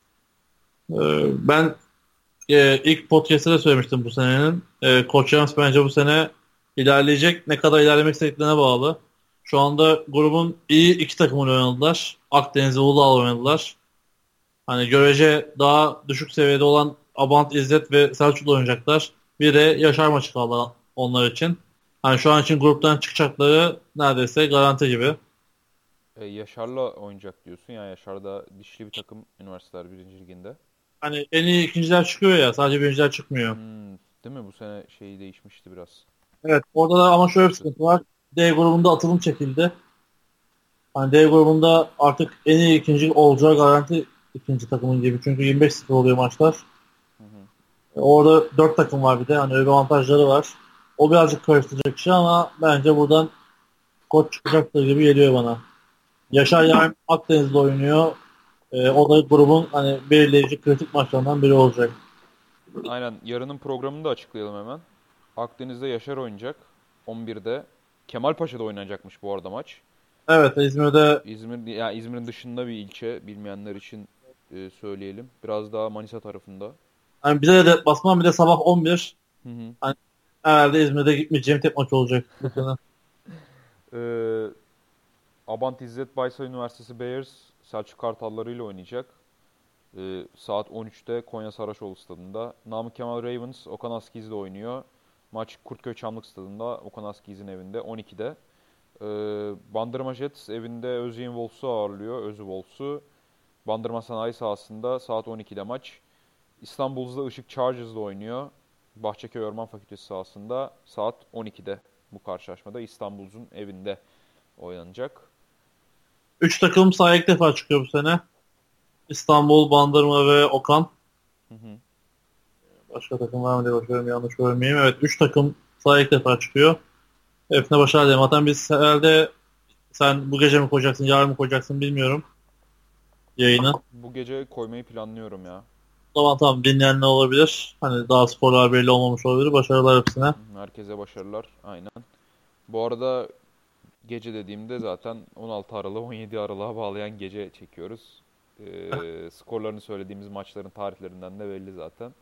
Ben ilk podcast'te de söylemiştim bu senenin. Koç Rams bence bu sene ilerleyecek. Ne kadar ilerlemek istediklerine bağlı. Şu anda grubun iyi iki takımını oynadılar. Akdeniz ve Uludağ oynadılar. Hani görece daha düşük seviyede olan Abant, İzzet ve Selçuk'la oynayacaklar. Bir de Yaşar maçı kaldı onlar için. Hani şu an için gruptan çıkacakları neredeyse garanti gibi. Yaşar'la oynayacak diyorsun. Yani Yaşar da dişli bir takım üniversiteler birinci liginde. Hani en iyi ikinciler çıkıyor ya sadece birinciler çıkmıyor. Değil mi? Bu sene şeyi değişmişti biraz. Evet orada da ama şöyle bir sıkıntı var. D grubunda atılım çekildi. Hani D grubunda artık en iyi ikinci olacağı garanti ikinci takımın gibi. Çünkü 25-0 oluyor maçlar. Hı hı. Orada 4 takım var bir de. Hani öyle avantajları var. O birazcık karıştıracak şey ama bence buradan koç çıkacaktır gibi geliyor bana. Yaşar Yarın Akdeniz'de oynuyor. O da grubun hani belirleyici kritik maçlarından biri olacak. Aynen. Yarının programını da açıklayalım hemen. Akdeniz'de Yaşar oynayacak. 11'de. Kemalpaşa'da oynanacakmış bu arada maç. Evet, İzmir'de İzmir'in dışında bir ilçe, bilmeyenler için söyleyelim. Biraz daha Manisa tarafında. hani bize de basmam, bir de sabah 11. Hı hı. Hani herhalde İzmir'de gitmeyeceğim tek maç olacak bu sene. Ee, Abant İzzet Baysal Üniversitesi Bears Selçuk Kartalları ile oynayacak. Saat 13'te Konya Saraçoğlu stadında. Namık Kemal Ravens Okan Askiz'le oynuyor. Maç Kurtköy Çamlık stadında, Okan Askiz'in evinde 12'de. Bandırma Jets evinde Özyeğin Wolves'u ağırlıyor. Özü Wolves'u. Bandırma Sanayi sahasında saat 12'de maç. İstanbul'da Işık Chargers'la oynuyor. Bahçeköy Orman Fakültesi sahasında saat 12'de bu karşılaşmada İstanbul'un evinde oynanacak. 3 takım sahaya ilk defa çıkıyor bu sene. İstanbul, Bandırma ve Okan. Hı hı. Başka takım var mı diye bakıyorum, yanlış görmeyeyim. Evet, 3 takım sahaya ilk defa çıkıyor. Hepsine başarılı dilerim. Zaten biz herhalde, sen bu gece mi koyacaksın, yarın mı koyacaksın bilmiyorum yayını. Bu gece koymayı planlıyorum ya. O zaman tamam, dinleyen ne olabilir? Hani daha skorlar belli olmamış olabilir. Başarılar hepsine. Herkese başarılar. Aynen. Bu arada gece dediğimde zaten 16 Aralık'ı 17 Aralık'a bağlayan gece çekiyoruz. Skorlarını söylediğimiz maçların tarihlerinden de belli zaten.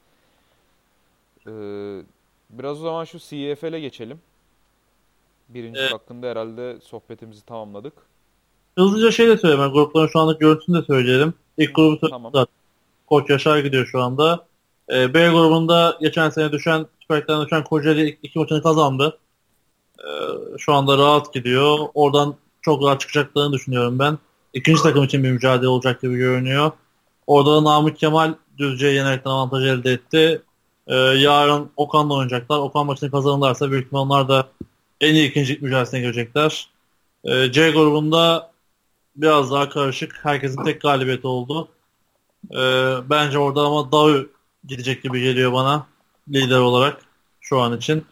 Ee, Biraz o zaman şu CFL'e geçelim. Birincisi Ee, hakkında herhalde sohbetimizi tamamladık. Hızlıca şey de söyleyeyim. Ben grupların şu anlık görüntüsünü de söyleyelim. Hı İlk hı, grubu tamam. söyledim. Koç Yaşar gidiyor şu anda. B grubunda geçen sene düşen, Süper Lig'den düşen Kocaeli ilk 2 maçını kazandı. Şu anda rahat gidiyor. Oradan çok rahat çıkacaklarını düşünüyorum ben. İkinci takım için bir mücadele olacak gibi görünüyor. Orada da Namık Kemal Düzce'ye yenerekten avantaj elde etti. Yarın Okan'la oynayacaklar. Okan maçını kazanırlarsa büyük ihtimalle onlar da en iyi ikincilik mücadelesine girecekler. C grubunda biraz daha karışık. Herkesin tek galibiyeti oldu. Bence orada ama Dağı gidecek gibi geliyor bana lider olarak şu an için.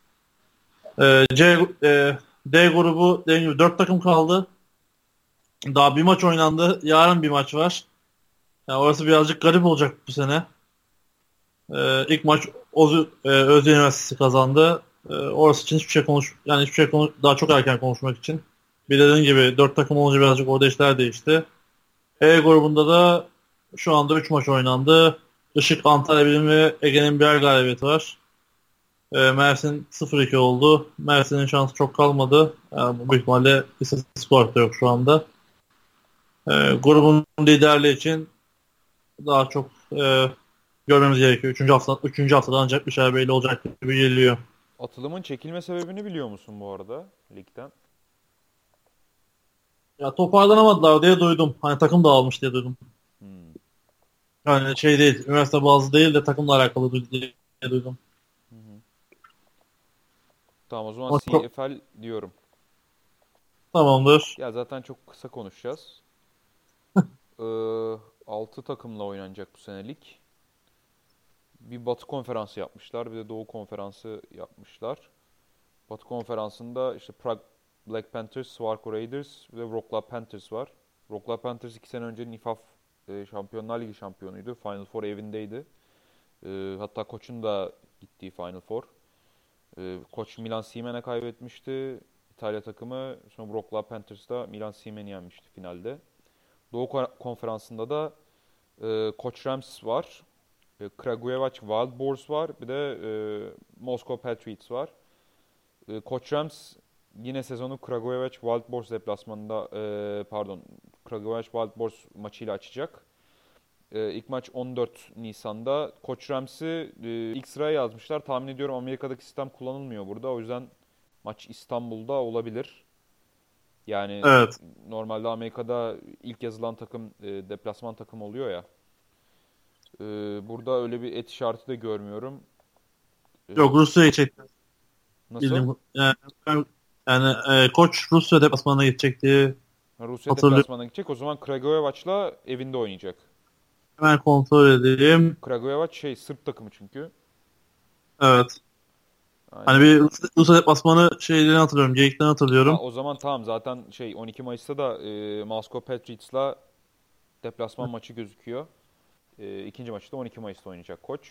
D grubu dediğim gibi 4 takım kaldı. Daha bir maç oynandı. Yarın bir maç var. Yani orası birazcık garip olacak bu sene. İlk maç Özyeğin Üniversitesi kazandı. Orası için hiçbir şey yani hiçbir şey daha çok erken konuşmak için. Bir dediğim gibi 4 takım olunca birazcık orada işler değişti. E grubunda da şu anda 3 maç oynandı. Işık, Antalya Bilim ve Ege'nin birer galibiyeti var. Mersin 0-2 oldu. Mersin'in şansı çok kalmadı. Yani büyük ihtimalle istatistik olarak da yok şu anda. Grubun liderliği için daha çok görmemiz gerekiyor. Üçüncü haftada ancak bir şey belli olacak gibi geliyor. Atılımın çekilme sebebini biliyor musun bu arada ligden? Ya toparlanamadılar diye duydum. Hani takım dağılmış diye duydum. Hmm. Yani şey değil, üniversite bazlı değil de takımla alakalı diye duydum. Hı hı. Tamam, o zaman Ama çok CFL diyorum. tamamdır. Ya zaten çok kısa konuşacağız. Ee, 6 takımla oynanacak bu senelik. Bir Batı konferansı yapmışlar, bir de Doğu konferansı yapmışlar. Batı konferansında işte Prague Black Panthers, Swarco Raiders ve Wrocław Panthers var. Wrocław Panthers 2 sene önce NIFAF Şampiyonlar Ligi şampiyonuydu. Final Four evindeydi. Hatta koçun da gittiği Final Four. Koç Milan Siemen'e kaybetmişti İtalya takımı. Sonra Wrocław Panthers da Milan Siemen'i yenmişti finalde. Doğu konferansında da Koç Rams var. Kragujevac Wild Boars var. Bir de Moscow Patriots var. Koç Rams yine sezonu Kragujevac Wild Boars deplasmanında pardon Kragujevac Wild Boars maçıyla açacak. İlk maç 14 Nisan'da. Koç Rams'i ilk sıraya yazmışlar. Tahmin ediyorum Amerika'daki sistem kullanılmıyor burada. O yüzden maç İstanbul'da olabilir. Yani Evet. normalde Amerika'da ilk yazılan takım deplasman takım oluyor ya. Burada öyle bir et işareti de görmüyorum. Yok, E, Rusya'ya çekti. Nasıl? Bildiğim, koç Rusya deplasmanına gidecek diye Ha, Rusya hatırlıyorum. deplasmanına gidecek. O zaman Kragujevac'la evinde oynayacak. Hemen kontrol edeyim. Kragujevac Sırp takımı çünkü. Evet. Hani Aynen. bir Rusya deplasmanı şeylerini hatırlıyorum. Geyiklerini Ha, hatırlıyorum. o zaman tamam, zaten 12 Mayıs'ta da Moscow Patriots'la deplasman maçı gözüküyor. İkinci maçı da 12 Mayıs'ta oynayacak koç.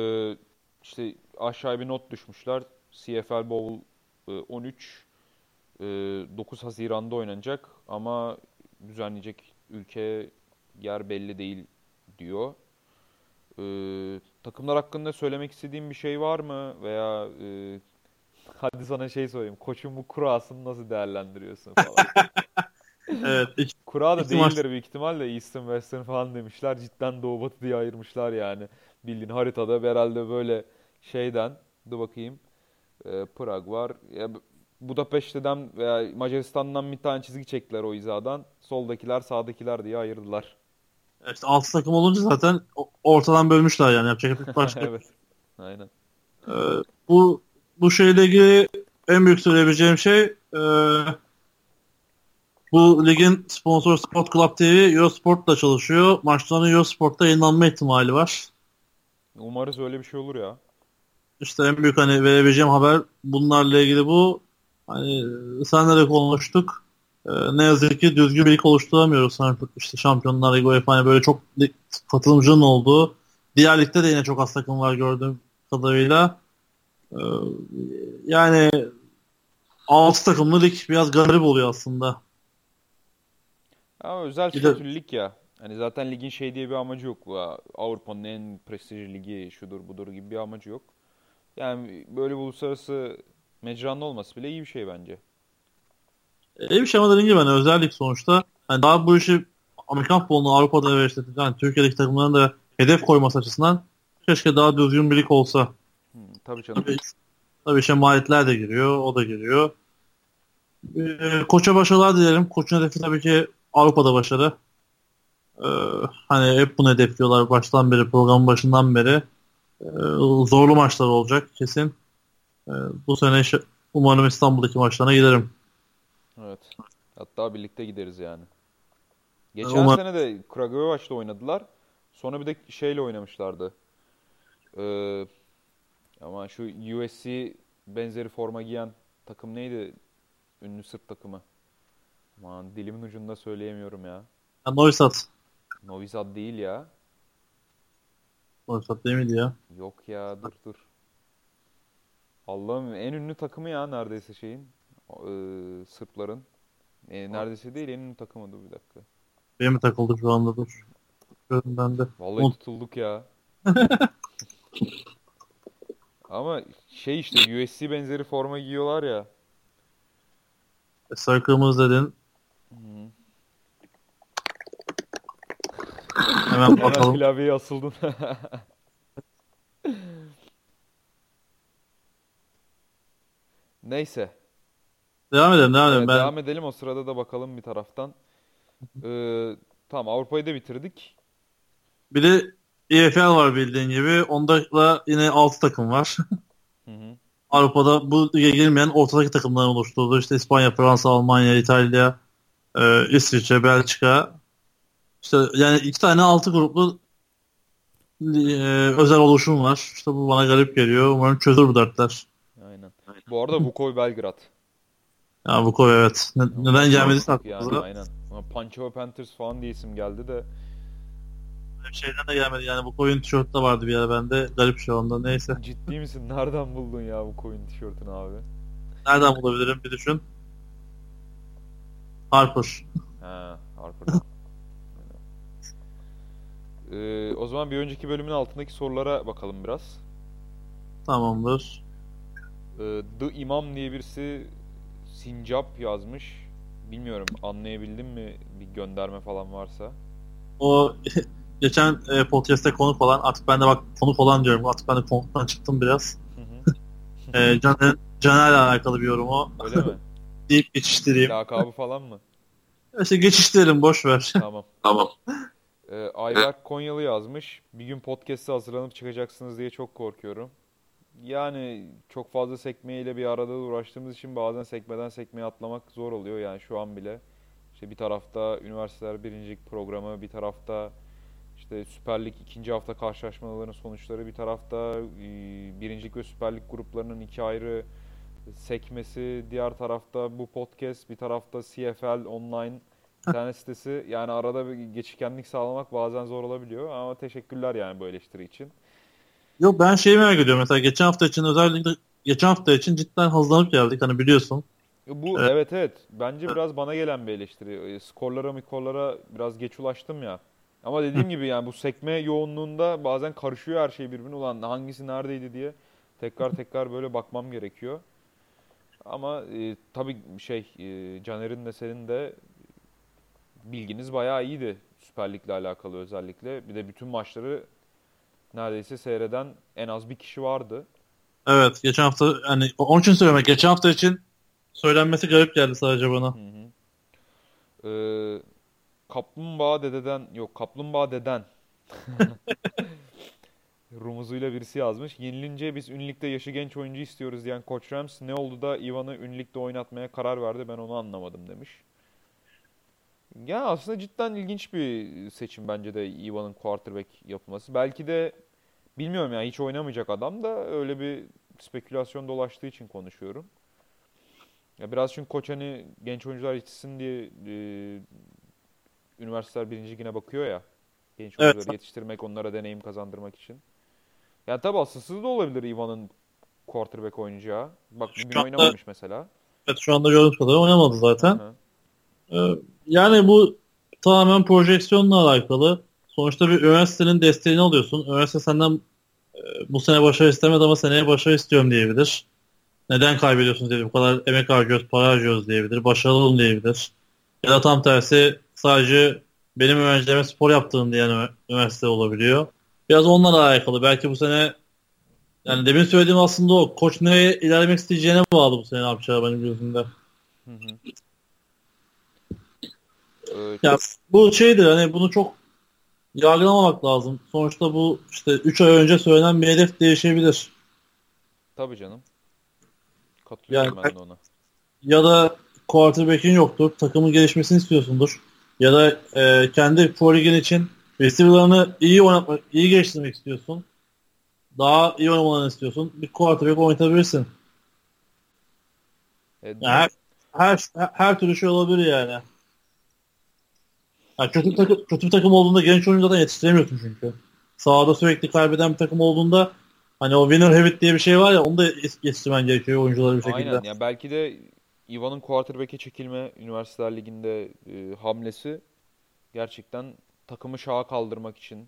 İşte aşağıya bir not düşmüşler. CFL Bowl 13. 9 Haziran'da oynanacak ama düzenleyecek ülke yer belli değil diyor. Takımlar hakkında söylemek istediğim bir şey var mı? Veya hadi sana şey sorayım. Koçun bu kurasını nasıl değerlendiriyorsun falan. Evet. Kura da İki maç. değildir büyük ihtimalle. Eastern Western falan demişler. Cidden Doğu Batı diye ayırmışlar yani. Bildiğin haritada herhalde böyle şeyden. Dur bakayım. Prag var. Ya, Budapeşte'den veya Macaristan'dan bir tane çizgi çektiler o hizadan. Soldakiler sağdakiler diye ayırdılar. İşte 6 takım olunca zaten ortadan bölmüşler yani. Yapacak bir başka yok. Evet. Aynen. Ee, bu bu şeyle ilgili en büyük söyleyebileceğim şey bu ligin sponsoru Sport Club TV Eurosport'la çalışıyor. Maçların Eurosport'ta yayınlanma ihtimali var. Umarız öyle bir şey olur ya. İşte en büyük hani verebileceğim haber bunlarla ilgili bu. Hani senle de konuştuk. Ne yazık ki düzgün bir lig oluşturamıyoruz artık. İşte Şampiyonlar Ligi, UEFA hani böyle çok katılımcının olduğu. Diğer ligde de yine çok az takım var gördüğüm kadarıyla. Ee, yani 6 takımlı lig biraz garip oluyor aslında. Ama özel Bir de statü lig ya. Hani zaten ligin şey diye bir amacı yok. Avrupa'nın en prestijli ligi şudur budur gibi bir amacı yok. Yani böyle bir uluslararası mecranın olması bile iyi bir şey bence. iyi bir şey ama dediğim gibi hani özel lig sonuçta. Hani daha bu işi Amerikan futbolunu Avrupa'da ve işte yani Türkiye'deki takımların da hedef koyması açısından keşke daha düzgün bir lig olsa. Tabii canım. Tabii, tabii işte maliyetler de giriyor, o da giriyor. Koça başarılar dilerim. Koçun hedefi tabii ki Avrupa'da başarı. Ee, hani hep bunu hedefliyorlar baştan beri, programın başından beri. Ee, zorlu maçlar olacak kesin. Ee, bu sene umarım İstanbul'daki maçlarına giderim. Evet. Hatta birlikte gideriz yani. Geçen Umarım. sene de Kragujevaç'ta oynadılar. Sonra bir de şeyle oynamışlardı. Ee, ama şu USC benzeri forma giyen takım neydi? Ünlü Sırp takımı. Aman dilimin ucunda söyleyemiyorum ya. Ya, Novisat. Novi Sad değil ya. Novisat değil miydi ya? Yok ya dur. Allah'ım en ünlü takımı ya neredeyse şeyin. Sırpların. Neredeyse değil en ünlü takımı dur bir dakika. Benim mi takıldı şu anda dur. Gördüm ben de. Vallahi tutulduk ya. Ama şey işte USC benzeri forma giyiyorlar ya. Sarı kırmızı dedin. Hı. Hemen Hemen bakalım. klavyeye asıldın. Neyse. Devam edelim, devam edelim. Ben Devam edelim o sırada da bakalım bir taraftan. Tamam Avrupa'yı da bitirdik. bir de EFL var bildiğin gibi. Onda da yine 6 takım var. Hı hı. Avrupa'da bu lige girmeyen ortadaki takımların oluşturduğu işte İspanya, Fransa, Almanya, İtalya, İsviçre, Belçika. İşte yani 2 tane 6 gruplu özel oluşum var. İşte bu bana garip geliyor. Umarım çözülür bu dertler. Aynen. Bu arada Vukovi Belgrad. Ya bu koy evet. Neden gelmediyse Yani aklımıza. aynen. Ama Pančeva Panthers falan diye isim geldi de. Benim şeyden de gelmedi. Yani bu koyun tişörtte vardı bir ara bende. Garip şey onda. Neyse. Ciddi misin? Nereden buldun ya bu koyun tişörtünü abi? Nereden bulabilirim bir düşün. Harper. Ha, Harper'dan. O zaman bir önceki bölümün altındaki sorulara bakalım biraz. Tamamdır. The İmam diye birisi Sincap yazmış. Bilmiyorum anlayabildin mi bir gönderme falan varsa. O geçen podcast'te konuk olan artık ben de bak konuk olan diyorum. Artık ben de konuktan çıktım biraz. Hı hı. Caner'le alakalı bir yorum o. Öyle mi? Deyip geçiştireyim. Lakabı falan mı? İşte geçiştirelim boş ver. Tamam. Tamam. Ayberk Konyalı yazmış. Bir gün podcast'e hazırlanıp çıkacaksınız diye çok korkuyorum. Yani çok fazla sekmeyle bir arada uğraştığımız için bazen sekmeden sekmeye atlamak zor oluyor. Yani şu an bile işte bir tarafta üniversiteler birincilik programı, bir tarafta işte Süper Lig ikinci hafta karşılaşmalarının sonuçları, bir tarafta birincilik ve Süper Lig gruplarının iki ayrı sekmesi, diğer tarafta bu podcast, bir tarafta CFL online internet sitesi. Yani arada bir geçişkenlik sağlamak bazen zor olabiliyor ama teşekkürler yani bu eleştiri için. Yok ben şeyi merak ediyorum. Mesela geçen hafta için özellikle geçen hafta için cidden hazırlanıp geldik. Hani biliyorsun. Bu E, evet evet. Bence biraz bana gelen bir eleştiri. Skorlara mikorlara biraz geç ulaştım ya. Ama dediğim gibi yani bu sekme yoğunluğunda bazen karışıyor her şey birbirine. Ulan hangisi neredeydi diye tekrar tekrar böyle bakmam gerekiyor. Ama tabii Caner'in de senin de bilginiz bayağı iyiydi Süper Lig'le alakalı özellikle. Bir de bütün maçları neredeyse seyreden en az bir kişi vardı. evet, geçen hafta hani onun için söylemek. Geçen hafta için söylenmesi garip geldi sadece bana. Hı hı. Ee, Kaplumbağa dededen yok Kaplumbağa deden rumuzuyla birisi yazmış. Yenilince biz Ünlük'te yaşı genç oyuncu istiyoruz diyen Koç Rams ne oldu da Ivan'ı Ünlük'te oynatmaya karar verdi ben onu anlamadım demiş. Ya aslında cidden ilginç bir seçim bence de Ivan'ın quarterback yapılması. Belki de bilmiyorum ya hiç oynamayacak adam da öyle bir spekülasyon dolaştığı için konuşuyorum. Ya biraz çünkü koç hani genç oyuncular yetişsin diye üniversiteler birinci ligine bakıyor ya. Genç Evet, oyuncuları yetiştirmek, onlara deneyim kazandırmak için. Ya tabii asılsız da olabilir Ivan'ın quarterback oynayacağı. Bak bugün şu anda, oynamamış mesela. evet, şu anda gördüğümüz kadarıyla oynamadı Hı zaten. hı. E, Yani bu tamamen projeksiyonla alakalı. Sonuçta bir üniversitenin desteğini alıyorsun. Üniversite senden bu sene başarı istemedi ama seneye başarı istiyorum diyebilir. Neden kaybediyorsunuz diye bu kadar emek harcıyoruz, para harcıyoruz diyebilir. Başarılı olun diyebilir. Ya da tam tersi sadece benim öğrencilerime spor yaptığım diyen üniversite olabiliyor. Biraz onunla alakalı. Belki bu sene yani demin söylediğim aslında o. Koç nereye ilerlemek isteyeceğine bağlı bu sene ne yapacağı benim gözümde. Hı hı. Ee, Ya bu şeydir hani bunu çok yargılamamak lazım. Sonuçta bu işte 3 ay önce söylenen bir hedef değişebilir. tabii canım. Yani Katılıyorum ben de ona. ya da quarterback'in yoktur. Takımın gelişmesini istiyorsundur. Ya da kendi pro ligin için receiver'larını iyi oynatmak, iyi geliştirmek istiyorsun. Daha iyi oynamalarını istiyorsun. Bir quarterback oynatabilirsin. Yani Değil mi? her türlü şey olabilir yani. Yani kötü bir takım olduğunda genç oyuncudan yetiştiremiyorsun çünkü. Sahada sürekli kaybeden bir takım olduğunda hani o winner habit diye bir şey var ya onu da yetiştirmen gerekiyor oyuncuları bir şekilde. Aynen. Ya belki de Ivan'ın quarterback'e çekilme Üniversiteler Ligi'nde hamlesi gerçekten takımı şaha kaldırmak için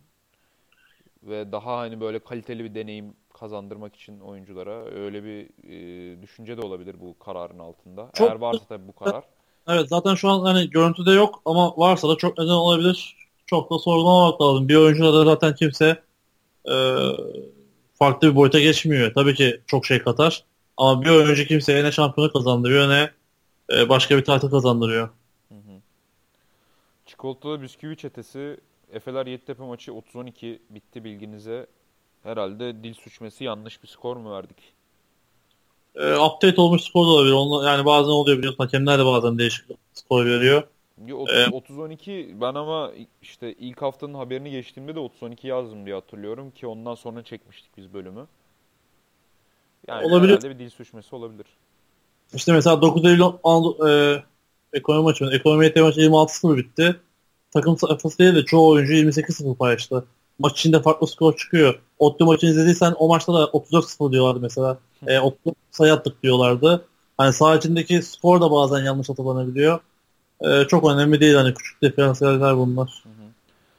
ve daha hani böyle kaliteli bir deneyim kazandırmak için oyunculara öyle bir düşünce de olabilir bu kararın altında. Eğer Çok varsa tabii bu karar. evet, zaten şu an hani görüntüde yok ama varsa da çok neden olabilir. Çok da sorgulamamak lazım. Bir oyuncuda da zaten kimse e, farklı bir boyuta geçmiyor. Tabii ki çok şey katar. Ama bir oyuncu kimseye ne şampiyonu kazandırıyor ne başka bir title kazandırıyor. Hı hı. Çikolatalı bisküvi çetesi Efeler Yeditepe maçı 30-12 bitti bilginize. Herhalde dil sürçmesi yanlış bir skor mu verdik? Update olmuş skor da olabilir. Yani bazen oluyor biliyorsun. Hakemler de bazen değişik skor veriyor. E, 30-12 ben ama işte ilk haftanın haberini geçtiğimde de 30-12 yazdım diye hatırlıyorum ki ondan sonra çekmiştik biz bölümü. Yani Olabilir. herhalde bir dil sürçmesi olabilir. İşte mesela 9 Eylül ekonomi maçı, ekonomi ET maçı 26-0 bitti. Takım sayfası değil de çoğu oyuncu 28-0 paylaştı. Maç içinde farklı skor çıkıyor. Ottu maçını izlediysen o maçta da 34-0 diyorlardı mesela. 34 sayı attık diyorlardı. Hani saha içindeki skor da bazen yanlış hatırlanabiliyor. Çok önemli değil hani küçük diferansiyeller bunlar. Hı hı.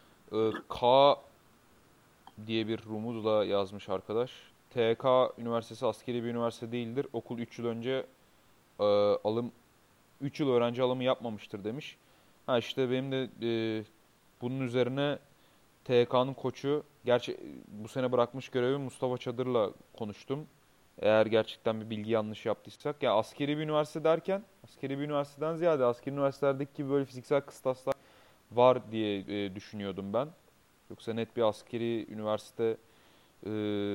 K diye bir rumuzla yazmış arkadaş. TK Üniversitesi askeri bir üniversite değildir. Okul 3 yıl önce e, alım 3 yıl öğrenci alımı yapmamıştır demiş. Ha işte benim de bunun üzerine TK'nın koçu gerçi bu sene bırakmış görevi Mustafa Çadır'la konuştum. Eğer gerçekten bir bilgi yanlış yaptıysak. Ya askeri bir üniversite derken askeri bir üniversiteden ziyade askeri üniversitelerdeki gibi böyle fiziksel kıstaslar var diye düşünüyordum ben. Yoksa net bir askeri üniversite e,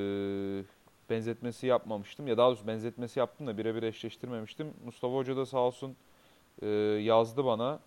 benzetmesi yapmamıştım. Ya daha doğrusu benzetmesi yaptım da birebir eşleştirmemiştim. Mustafa Hoca da sağ olsun yazdı bana.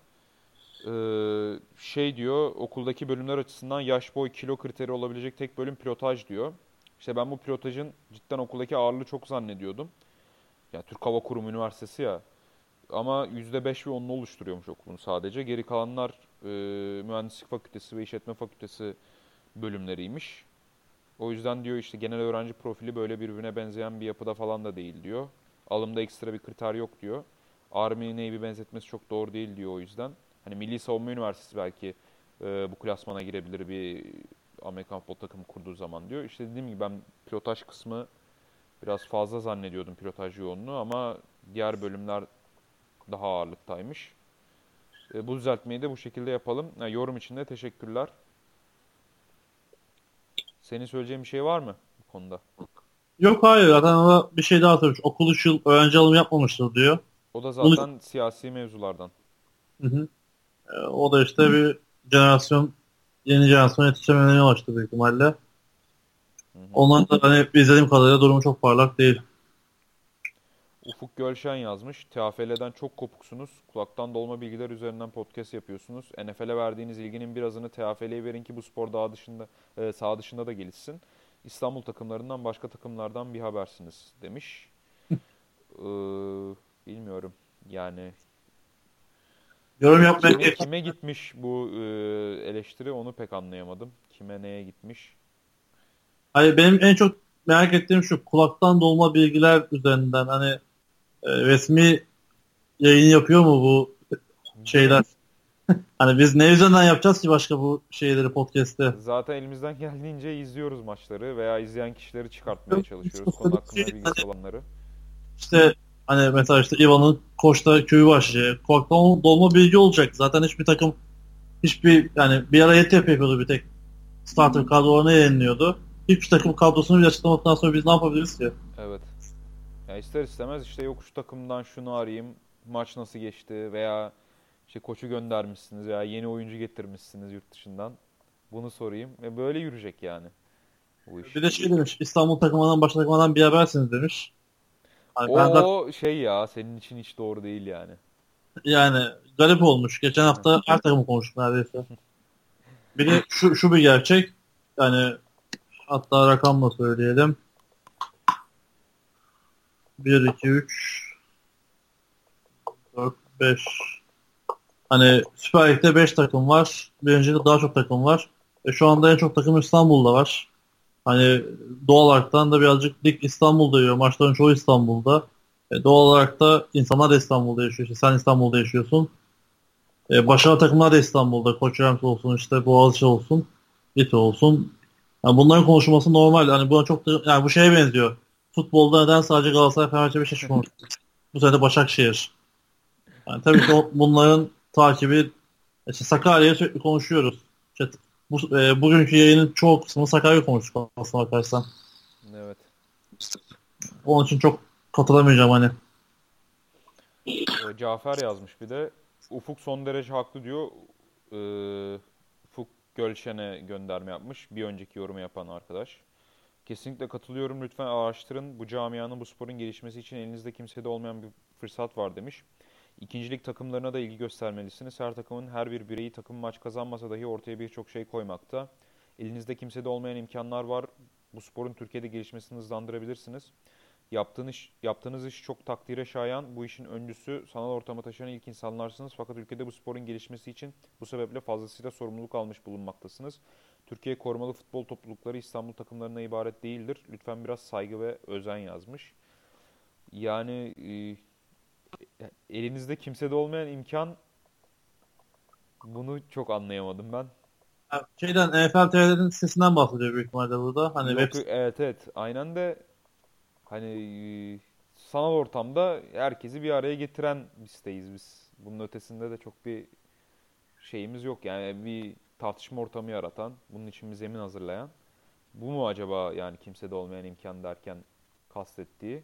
Şey diyor, okuldaki bölümler açısından yaş, boy, kilo kriteri olabilecek tek bölüm pilotaj diyor. İşte ben bu pilotajın cidden okuldaki ağırlığı çok zannediyordum. Ya Türk Hava Kurumu Üniversitesi ya. Ama %5 ve 10'unu oluşturuyormuş okulun sadece. Geri kalanlar mühendislik fakültesi ve işletme fakültesi bölümleriymiş. O yüzden diyor işte genel öğrenci profili böyle birbirine benzeyen bir yapıda falan da değil diyor. Alımda ekstra bir kriter yok diyor. Army Navy benzetmesi çok doğru değil diyor o yüzden. Hani Milli Savunma Üniversitesi belki bu klasmana girebilir bir Amerikan futbol takımı kurduğu zaman diyor. İşte dediğim gibi ben pilotaj kısmı biraz fazla zannediyordum, pilotaj yoğunluğu, ama diğer bölümler daha ağırlıktaymış. Bu düzeltmeyi de bu şekilde yapalım. Yorum için de teşekkürler. Senin söyleyeceğin bir şey var mı bu konuda? Yok, hayır, zaten ona bir şey daha söylemiş. Okul 3 yıl öğrenci alımı yapmamıştır diyor. O da Bunu, zaten siyasi mevzulardan. hı hı. O da işte bir yeni jenerasyon yetiştirmeye yol açtı büyük ihtimalle. Hı hı. Onların da hani izlediğim kadarıyla durumu çok parlak değil. Ufuk Gölşen yazmış. TFL'den çok kopuksunuz. Kulaktan dolma bilgiler üzerinden podcast yapıyorsunuz. NFL'e verdiğiniz ilginin birazını TFL'ye verin ki bu spor daha dışında, saha dışında da gelişsin. İstanbul takımlarından başka takımlardan bir habersiniz demiş. Ee, bilmiyorum. Yani Yorum yapmaya kime gitmiş bu eleştiri, onu pek anlayamadım. Kime neye gitmiş? Hayır, benim en çok merak ettiğim şu kulaktan dolma bilgiler üzerinden hani resmi yayın yapıyor mu bu şeyler? Hani biz ne üzerinden yapacağız ki başka bu şeyleri podcast'te? Zaten elimizden geldiğince izliyoruz maçları veya izleyen kişileri çıkartmaya çalışıyoruz. Konu hakkında bilgisi olanları. İşte hani mesela işte Ivan'ın Koç'ta köyü başı. Kulaktan dolma bilgi olacak. Zaten hiçbir yani bir ara YT yapıyordu bir tek. Starter kadrolarına yayınlıyordu. Hiçbir takım kadrosunu bir açıklamadıktan sonra biz ne yapabiliriz ki? Evet. Ya ister istemez işte yok şu takımdan şunu arayayım, maç nasıl geçti veya işte koçu göndermişsiniz veya yeni oyuncu getirmişsiniz yurt dışından. Bunu sorayım. Ve böyle yürüyecek yani bu Bir iş. de şey demiş, İstanbul takımından başka takımdan bir habersiniz demiş. Hani ben de O şey ya, senin için hiç doğru değil yani. yani garip olmuş. Geçen hafta her takımı konuştuk neredeyse. Bir de şu bir gerçek. Yani hatta rakamla söyleyelim. 1, 2, 3, 4, 5. Hani Süper Lig'de 5 takım var. Birincilikte daha çok takım var. Şu anda en çok takım İstanbul'da var. Hani doğal olaraktan da birazcık lig İstanbul'da yiyor. Maçların çoğu İstanbul'da. Doğal olarak da insanlar da İstanbul'da yaşıyor. İşte sen İstanbul'da yaşıyorsun. Başarılı takımlar da İstanbul'da. Koç Rams olsun, işte Boğaziçi olsun, İTÜ olsun. Yani bunların konuşulması normal. Hani buna çok da, yani bu şeye benziyor. Futbolda neden sadece Galatasaray, Fenerbahçe, Beşiktaş konuşuyor? Bu sene de Başakşehir. Yani tabii ki bunların takibi, işte Sakarya'yı sürekli konuşuyoruz. İşte bugünkü yayının çoğu kısmını Sakarya konuştuk aslına bakarsan. Evet. Onun için çok katılamayacağım hani. Cafer yazmış bir de. Ufuk son derece haklı diyor. Ufuk Gölşen'e gönderme yapmış. Bir önceki yorumu yapan arkadaş. Kesinlikle katılıyorum. Lütfen araştırın. Bu camianın, bu sporun gelişmesi için elinizde kimsede olmayan bir fırsat var demiş. İkincilik takımlarına da ilgi göstermelisiniz. Her takımın her bir bireyi takım maç kazanmasa dahi ortaya birçok şey koymakta. Elinizde kimsede olmayan imkanlar var. Bu sporun Türkiye'de gelişmesini hızlandırabilirsiniz. Yaptığınız iş çok takdire şayan. Bu işin öncüsü, sanal ortama taşıyan ilk insanlarsınız. Fakat ülkede bu sporun gelişmesi için bu sebeple fazlasıyla sorumluluk almış bulunmaktasınız. Türkiye korumalı futbol toplulukları İstanbul takımlarına ibaret değildir. Lütfen biraz saygı ve özen yazmış. Yani elinizde kimsede olmayan imkan, bunu çok anlayamadım ben. Şeyden NFL TV'nin sitesinden bahsediyor büyük ihtimalle burada. Hani Yok, evet evet, aynen de hani sanal ortamda herkesi bir araya getiren listeyiz biz. Bunun ötesinde de çok bir şeyimiz yok. Yani bir tartışma ortamı yaratan, bunun için bir zemin hazırlayan. Bu mu acaba yani kimsede olmayan imkan derken kastettiği?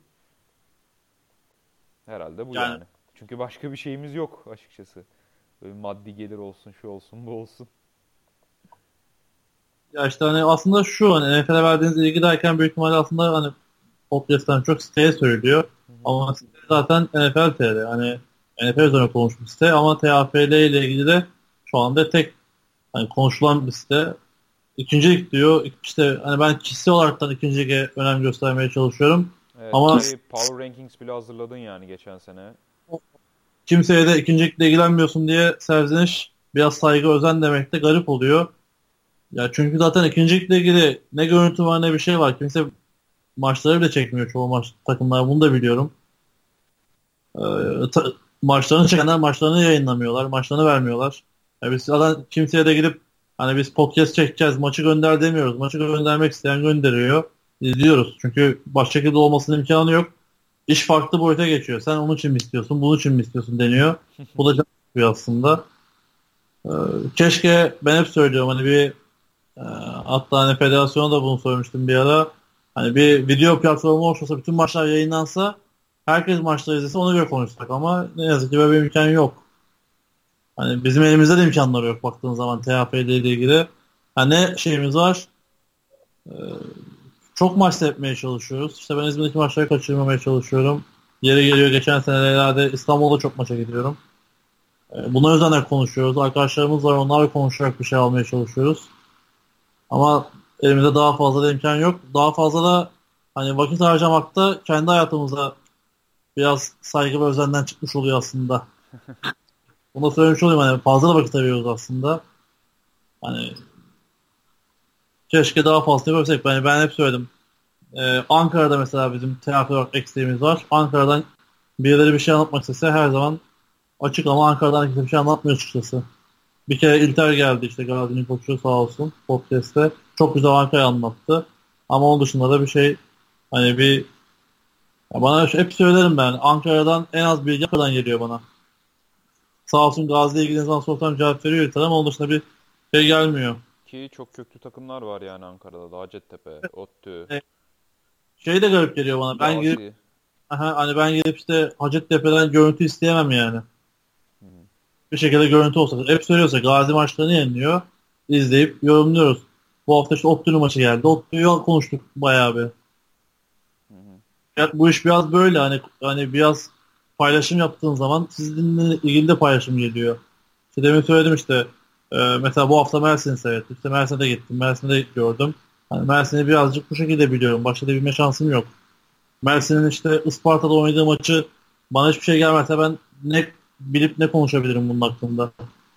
Herhalde bu yani yani. Çünkü başka bir şeyimiz yok açıkçası. Böyle maddi gelir olsun, şu olsun, bu olsun. ya işte hani aslında şu hani NFL'e verdiğiniz ilgi derken büyük ihtimalle aslında hani podcast'ten çok siteye söylüyor. Hı hı. Ama site zaten NFL TR. Hani NFL üzerine konuşmuş site ama TFL ile ilgili de şu anda tek hani konuşulan bir site. İkincilik diyor. İşte hani ben kişisel olaraktan ikinciliğe önem göstermeye çalışıyorum. Evet, Ama ki Power Rankings bile hazırladın yani geçen sene. kimseye de ikincilikle ilgilenmiyorsun diye serzeniş, biraz saygı özen demek de garip oluyor. Ya çünkü zaten ikincilikle ilgili ne görüntü var ne bir şey var. Kimse maçları bile çekmiyor çoğu takımlar. Bunu da biliyorum. Ee, ta- maçlarını çekenler maçlarını yayınlamıyorlar. Maçlarını vermiyorlar. Biz zaten kimseye de gidip hani biz podcast çekeceğiz, maçı gönder demiyoruz. Maçı göndermek isteyen gönderiyor. İzliyoruz. Çünkü başka şekilde olmasının imkanı yok. İş farklı boyuta geçiyor. Sen onun için mi istiyorsun, bunun için mi istiyorsun deniyor. Bu da can sıkıyor aslında. Ee, Keşke ben hep söylüyorum hani hatta hani federasyona da bunu söylemiştim bir ara. Hani bir video platformu oluşsa bütün maçlar yayınlansa herkes maçları izlese ona göre konuşsak ama ne yazık ki böyle bir imkan yok. Hani bizim elimizde de imkanlar yok baktığın zaman TFF ile ilgili. Hani ne şeyimiz var? Ee, Çok maç seyretmeye çalışıyoruz. İşte ben İzmir'deki maçları kaçırmamaya çalışıyorum. Yeri geliyor geçen senelerde İstanbul'da çok maça gidiyorum. Bunlar üzerine konuşuyoruz. Arkadaşlarımız var onlarla konuşarak bir şey almaya çalışıyoruz. Ama elimizde daha fazla da imkan yok. Daha fazla da hani vakit harcamakta kendi hayatımıza biraz saygı ve özenden çıkmış oluyor aslında. Bunu da söylemiş olayım hani fazla da vakit ayırıyoruz aslında. Hani keşke daha fazla yapabilsek. Ben hep söyledim. Ankara'da mesela bizim tiyatro olarak eksiğimiz var. Ankara'dan birileri bir şey anlatmak istese her zaman açık ama Ankara'dan kimse bir şey anlatmıyor açıkçası. Bir kere İlter geldi işte Gazi'nin koçu sağ olsun podcast'te. Çok güzel Ankara'yı anlattı. Ama onun dışında da bir şey hani bana hep söylerim ben. Ankara'dan en az bilgi Ankara'dan geliyor bana. Sağ olsun Gazi'yle ilgili zaman sorsam cevap veriyor İlter ama onun dışında bir şey gelmiyor. Ki çok köklü takımlar var yani Ankara'da da. Hacettepe, ODTÜ, E, Şey de garip geliyor bana. Gazi. Hani ben gelip işte Hacettepe'den görüntü isteyemem yani. Hı hı. Bir şekilde görüntü olsa. Hep söylüyorsa Gazi maçlarını yeniliyor. İzleyip yorumluyoruz. Bu hafta işte ODTÜ'nün maçı geldi. ODTÜ'yü konuştuk bayağı bir. Hı hı. Ya, bu iş biraz böyle hani biraz paylaşım yaptığın zaman sizinle ilgili de paylaşım geliyor. İşte demin söyledim işte mesela bu hafta Mersin'i seyrettim. İşte Mersin'e gittim. Mersin'de gördüm. Hani Mersin'i birazcık bu şekilde biliyorum. Başka da bilme şansım yok. Mersin'in işte Isparta'da oynadığı maçı bana hiçbir şey gelmezse ben ne bilip ne konuşabilirim bunun hakkında.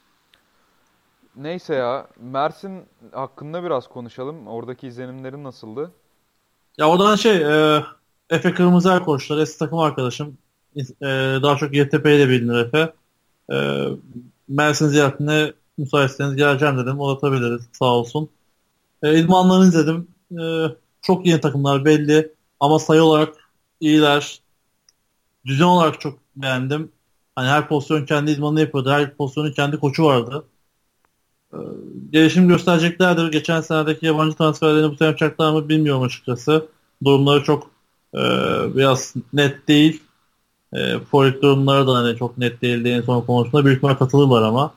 Neyse ya, Mersin hakkında biraz konuşalım. Oradaki izlenimlerin nasıldı? Ya oradan Efe Kırmızıer koçlar eski takım arkadaşım. Daha çok YTP ile bilinir Efe. E, Mersin ziyaretine müsaitseniz geleceğim dedim. Ulaşabiliriz sağ olsun. İdmanlarını izledim. Çok yeni takımlar belli ama sayı olarak iyiler. Düzen olarak çok beğendim. Hani her pozisyon kendi idmanını yapıyordu. Her pozisyonun kendi koçu vardı. Ee, Gelişim göstereceklerdir. Geçen senedeki yabancı transferlerini bu sene yapacaklar mı bilmiyorum açıkçası. Durumları çok e, biraz net değil. Forvet durumları da hani çok net değildi en son konusunda. Büyük ihtimal katılırlar ama.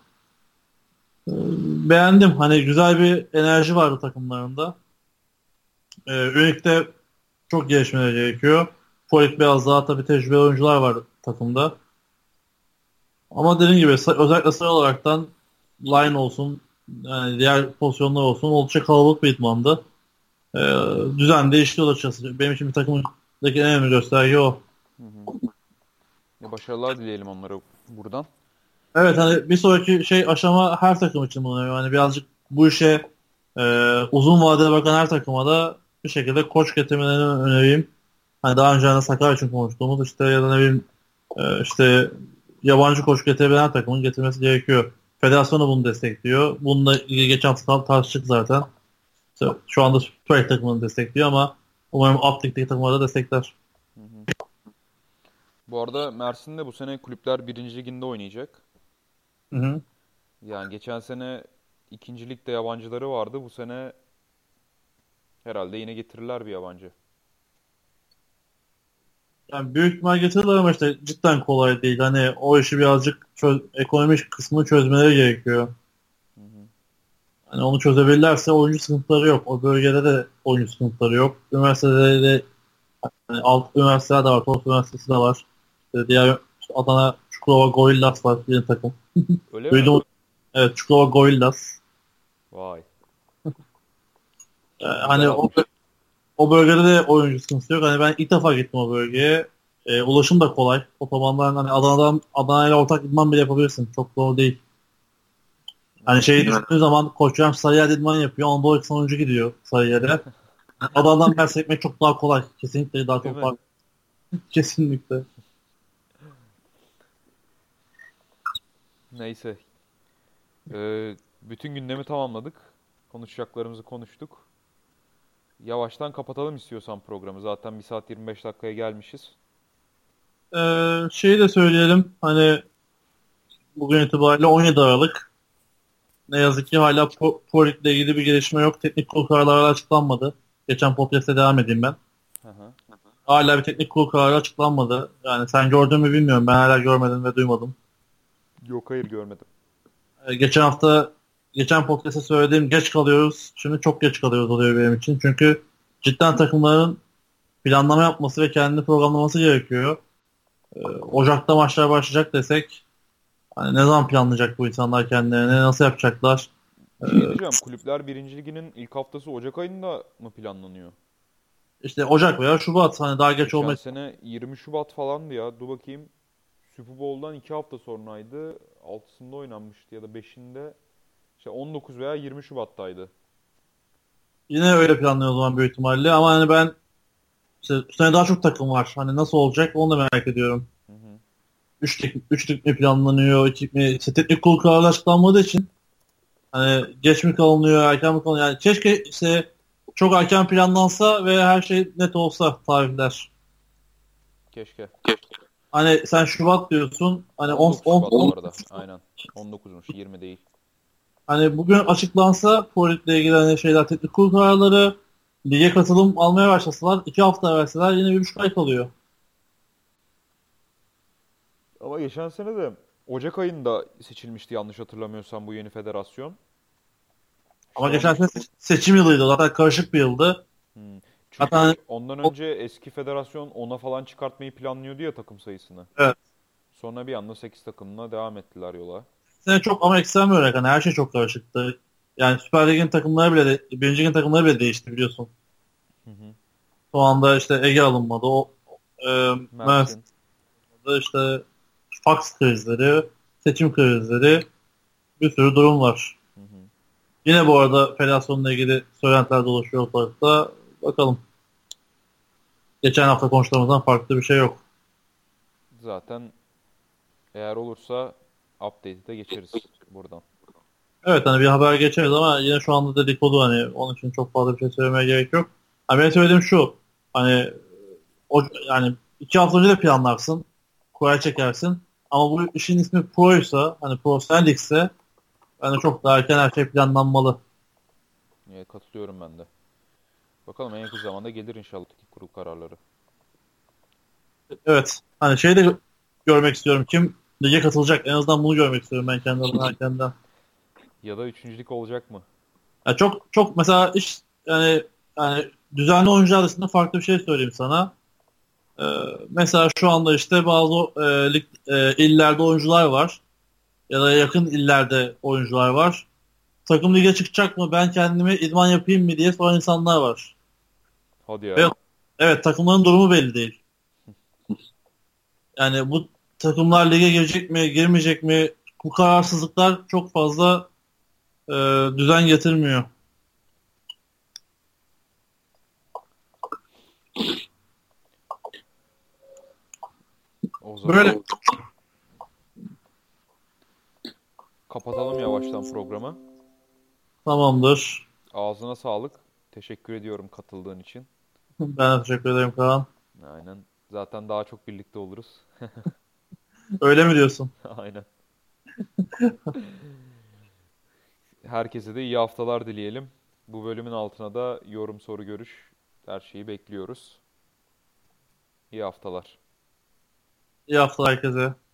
Beğendim. Hani güzel bir enerji vardı takımlarında. Ünik'te çok gelişmeleri gerekiyor. Forvet biraz daha tabii tecrübeli oyuncular var takımda. Ama dediğim gibi özellikle sayı olaraktan line olsun yani diğer pozisyonlar olsun oldukça kalabalık bir idmandı. Ee, Düzen değişiyor açıkçası. Benim için bir takımdaki en önemli gösterge o. Hı hı. Başarılar dileyelim onlara buradan. Evet hani bir sonraki aşama her takım için bunu yani birazcık bu işe uzun vadede bakan her takıma da bir şekilde koç getirmelerini önereyim. Hani daha önce hani Sakarya için konuştuğumuz işte ya da ne bileyim işte yabancı koç getirebilen her takımın getirmesi gerekiyor. Federasyon da bunu destekliyor. Bununla ilgili geçen hafta tartıştık zaten. İşte şu anda Süper Lig takımını destekliyor ama umarım alt ligdeki takımları da destekler. Hı hı. Bu arada Mersin'de bu sene kulüpler birinci liginde oynayacak. Hı hı. Yani geçen sene ikinci ligde yabancıları vardı. Bu sene herhalde yine getirirler bir yabancı. Yani büyük ihtimal getirirler ama işte cidden kolay değil. Hani o işi birazcık ekonomik kısmını çözmeleri gerekiyor. Hı hı. Hani onu çözebilirlerse oyuncu sıkıntıları yok. O bölgede de oyuncu sıkıntıları yok. Üniversitede de hani alt üniversiteler de var. Toros Üniversitesi de var. İşte diğer işte Adana Çukurova Gorillas var. Yeni takım. Öyle mi? Duydum. Evet Çukurova Gorillas. Vay. Güzel Hani admış. o bölgede de oyuncu sıkıntısı yok. Hani ben ilk defa gittim o bölgeye. Ulaşım da kolay. Otobandan hani Adana ile ortak idman bile yapabilirsin. Çok zor değil. Hani şeyi düşündüğün zaman Koçrem Sarıyer'de idman yapıyor. Anadolu sonuncu gidiyor Sarıyer'e. Adana'dan Mersin'e gitmek çok daha kolay. Kesinlikle daha Değil çok mi? farklı. Kesinlikle. Neyse. Bütün gündemi tamamladık. Konuşacaklarımızı konuştuk. Yavaştan kapatalım istiyorsan programı. Zaten 1 saat 25 dakikaya gelmişiz. Şeyi de söyleyelim. Hani bugün itibariyle 17 Aralık. Ne yazık ki hala Pro Lig'le ilgili bir gelişme yok. Teknik kurul kararları hala açıklanmadı. Geçen podcast'te devam edeyim ben. Hı hı. Hala bir teknik kurul kararı açıklanmadı. Yani sen gördün mü bilmiyorum. Ben hala görmedim ve duymadım. Yok, hayır, görmedim. Geçen hafta, geçen podcast'te söylediğim geç kalıyoruz. Şimdi çok geç kalıyoruz oluyor benim için. Çünkü cidden takımların planlama yapması ve kendini programlaması gerekiyor. Ocak'ta maçlar başlayacak desek hani ne zaman planlayacak bu insanlar kendilerini, nasıl yapacaklar? Bir şey diyeceğim. Kulüpler 1. Liginin ilk haftası Ocak ayında mı planlanıyor? İşte Ocak veya Şubat hani daha geç Geçen olmak. sene 20 Şubat falandı ya. Dur bakayım. Super Bowl'dan 2 hafta sonraydı. 6'sında oynanmıştı ya da 5'inde. İşte 19 veya 20 Şubat'taydı. Yine öyle planlıyor o zaman büyük ihtimalle ama hani ben işte bu sene daha çok takım var. Hani nasıl olacak onu da merak ediyorum. Hı hı. Üçlük mi planlanıyor, ikili mi? İşte teknik kurul kararı açıklanmadığı için hani geç mi kalınıyor, erken mi kalınıyor? Yani keşke işte çok erken planlansa ve her şey net olsa tarihler. Keşke. Hani sen Şubat diyorsun. Hani 19 Şubat bu arada. Aynen. 19'muş, 20 değil. hani bugün açıklansa Pro ilgili hani şeyler teknik kurul kararları lige katılım almaya başlasalar 2 hafta verseler yine 1,5 ay kalıyor. Ama geçen sene de Ocak ayında seçilmişti yanlış hatırlamıyorsam bu yeni federasyon. Ama Şu geçen an sene seçim yılıydı. Zaten karışık bir yıldı. hmm. Zaten Çünkü hani ondan önce eski federasyon 10'a falan çıkartmayı planlıyordu ya takım sayısını. evet. Sonra bir anda 8 takımla devam ettiler yola. Sene çok ama ekstrem bir örnek. Hani her şey çok karışıktı. Yani Süper Lig'in takımları bile, Birinci Lig'in takımları bile değişti biliyorsun. Hı hı. Şu anda işte Ege alınmadı. Mersin. Mersin'de işte Fox krizleri, seçim krizleri bir sürü durum var. Hı hı. Yine bu arada federasyonla ilgili söylentiler dolaşıyor ortalıkta. Bakalım. Geçen hafta konuştuğumuzdan farklı bir şey yok. Zaten eğer olursa update'e de geçeriz buradan. Evet hani bir haber geçeriz ama yine şu anda dedikodu hani onun için çok fazla bir şey söylemeye gerek yok. Hani benim söylediğim şu hani yani 2 hafta önce de planlarsın. Kura çekersin. Ama bu işin ismi proysa hani profesyonel ligse yani çok daha erken her şey planlanmalı. Katılıyorum ben de. Bakalım en yakın zamanda gelir inşallah teknik kurul kararları. Evet. Hani şey de görmek istiyorum. Kim lige katılacak? En azından bunu görmek istiyorum ben kendi adıma erkenden. Ya da üçüncülük olacak mı? Yani çok çok mesela yani düzenli oyuncular arasında farklı bir şey söyleyeyim sana. Ee, mesela şu anda işte bazı illerde oyuncular var. Ya da yakın illerde oyuncular var. Takım lige çıkacak mı? Ben kendimi idman yapayım mı diye soran insanlar var. Hadi Ve ya. evet takımların durumu belli değil. Yani bu takımlar lige girecek mi, girmeyecek mi? Bu kararsızlıklar çok fazla e, düzen getirmiyor. O Böyle zaman kapatalım yavaştan programı. tamamdır. Ağzına sağlık. Teşekkür ediyorum katıldığın için. Ben de teşekkür ederim Kaan. Aynen. Zaten daha çok birlikte oluruz. Öyle mi diyorsun? Aynen. Herkese de iyi haftalar dileyelim. Bu bölümün altına da yorum, soru, görüş, her şeyi bekliyoruz. İyi haftalar. İyi haftalar herkese.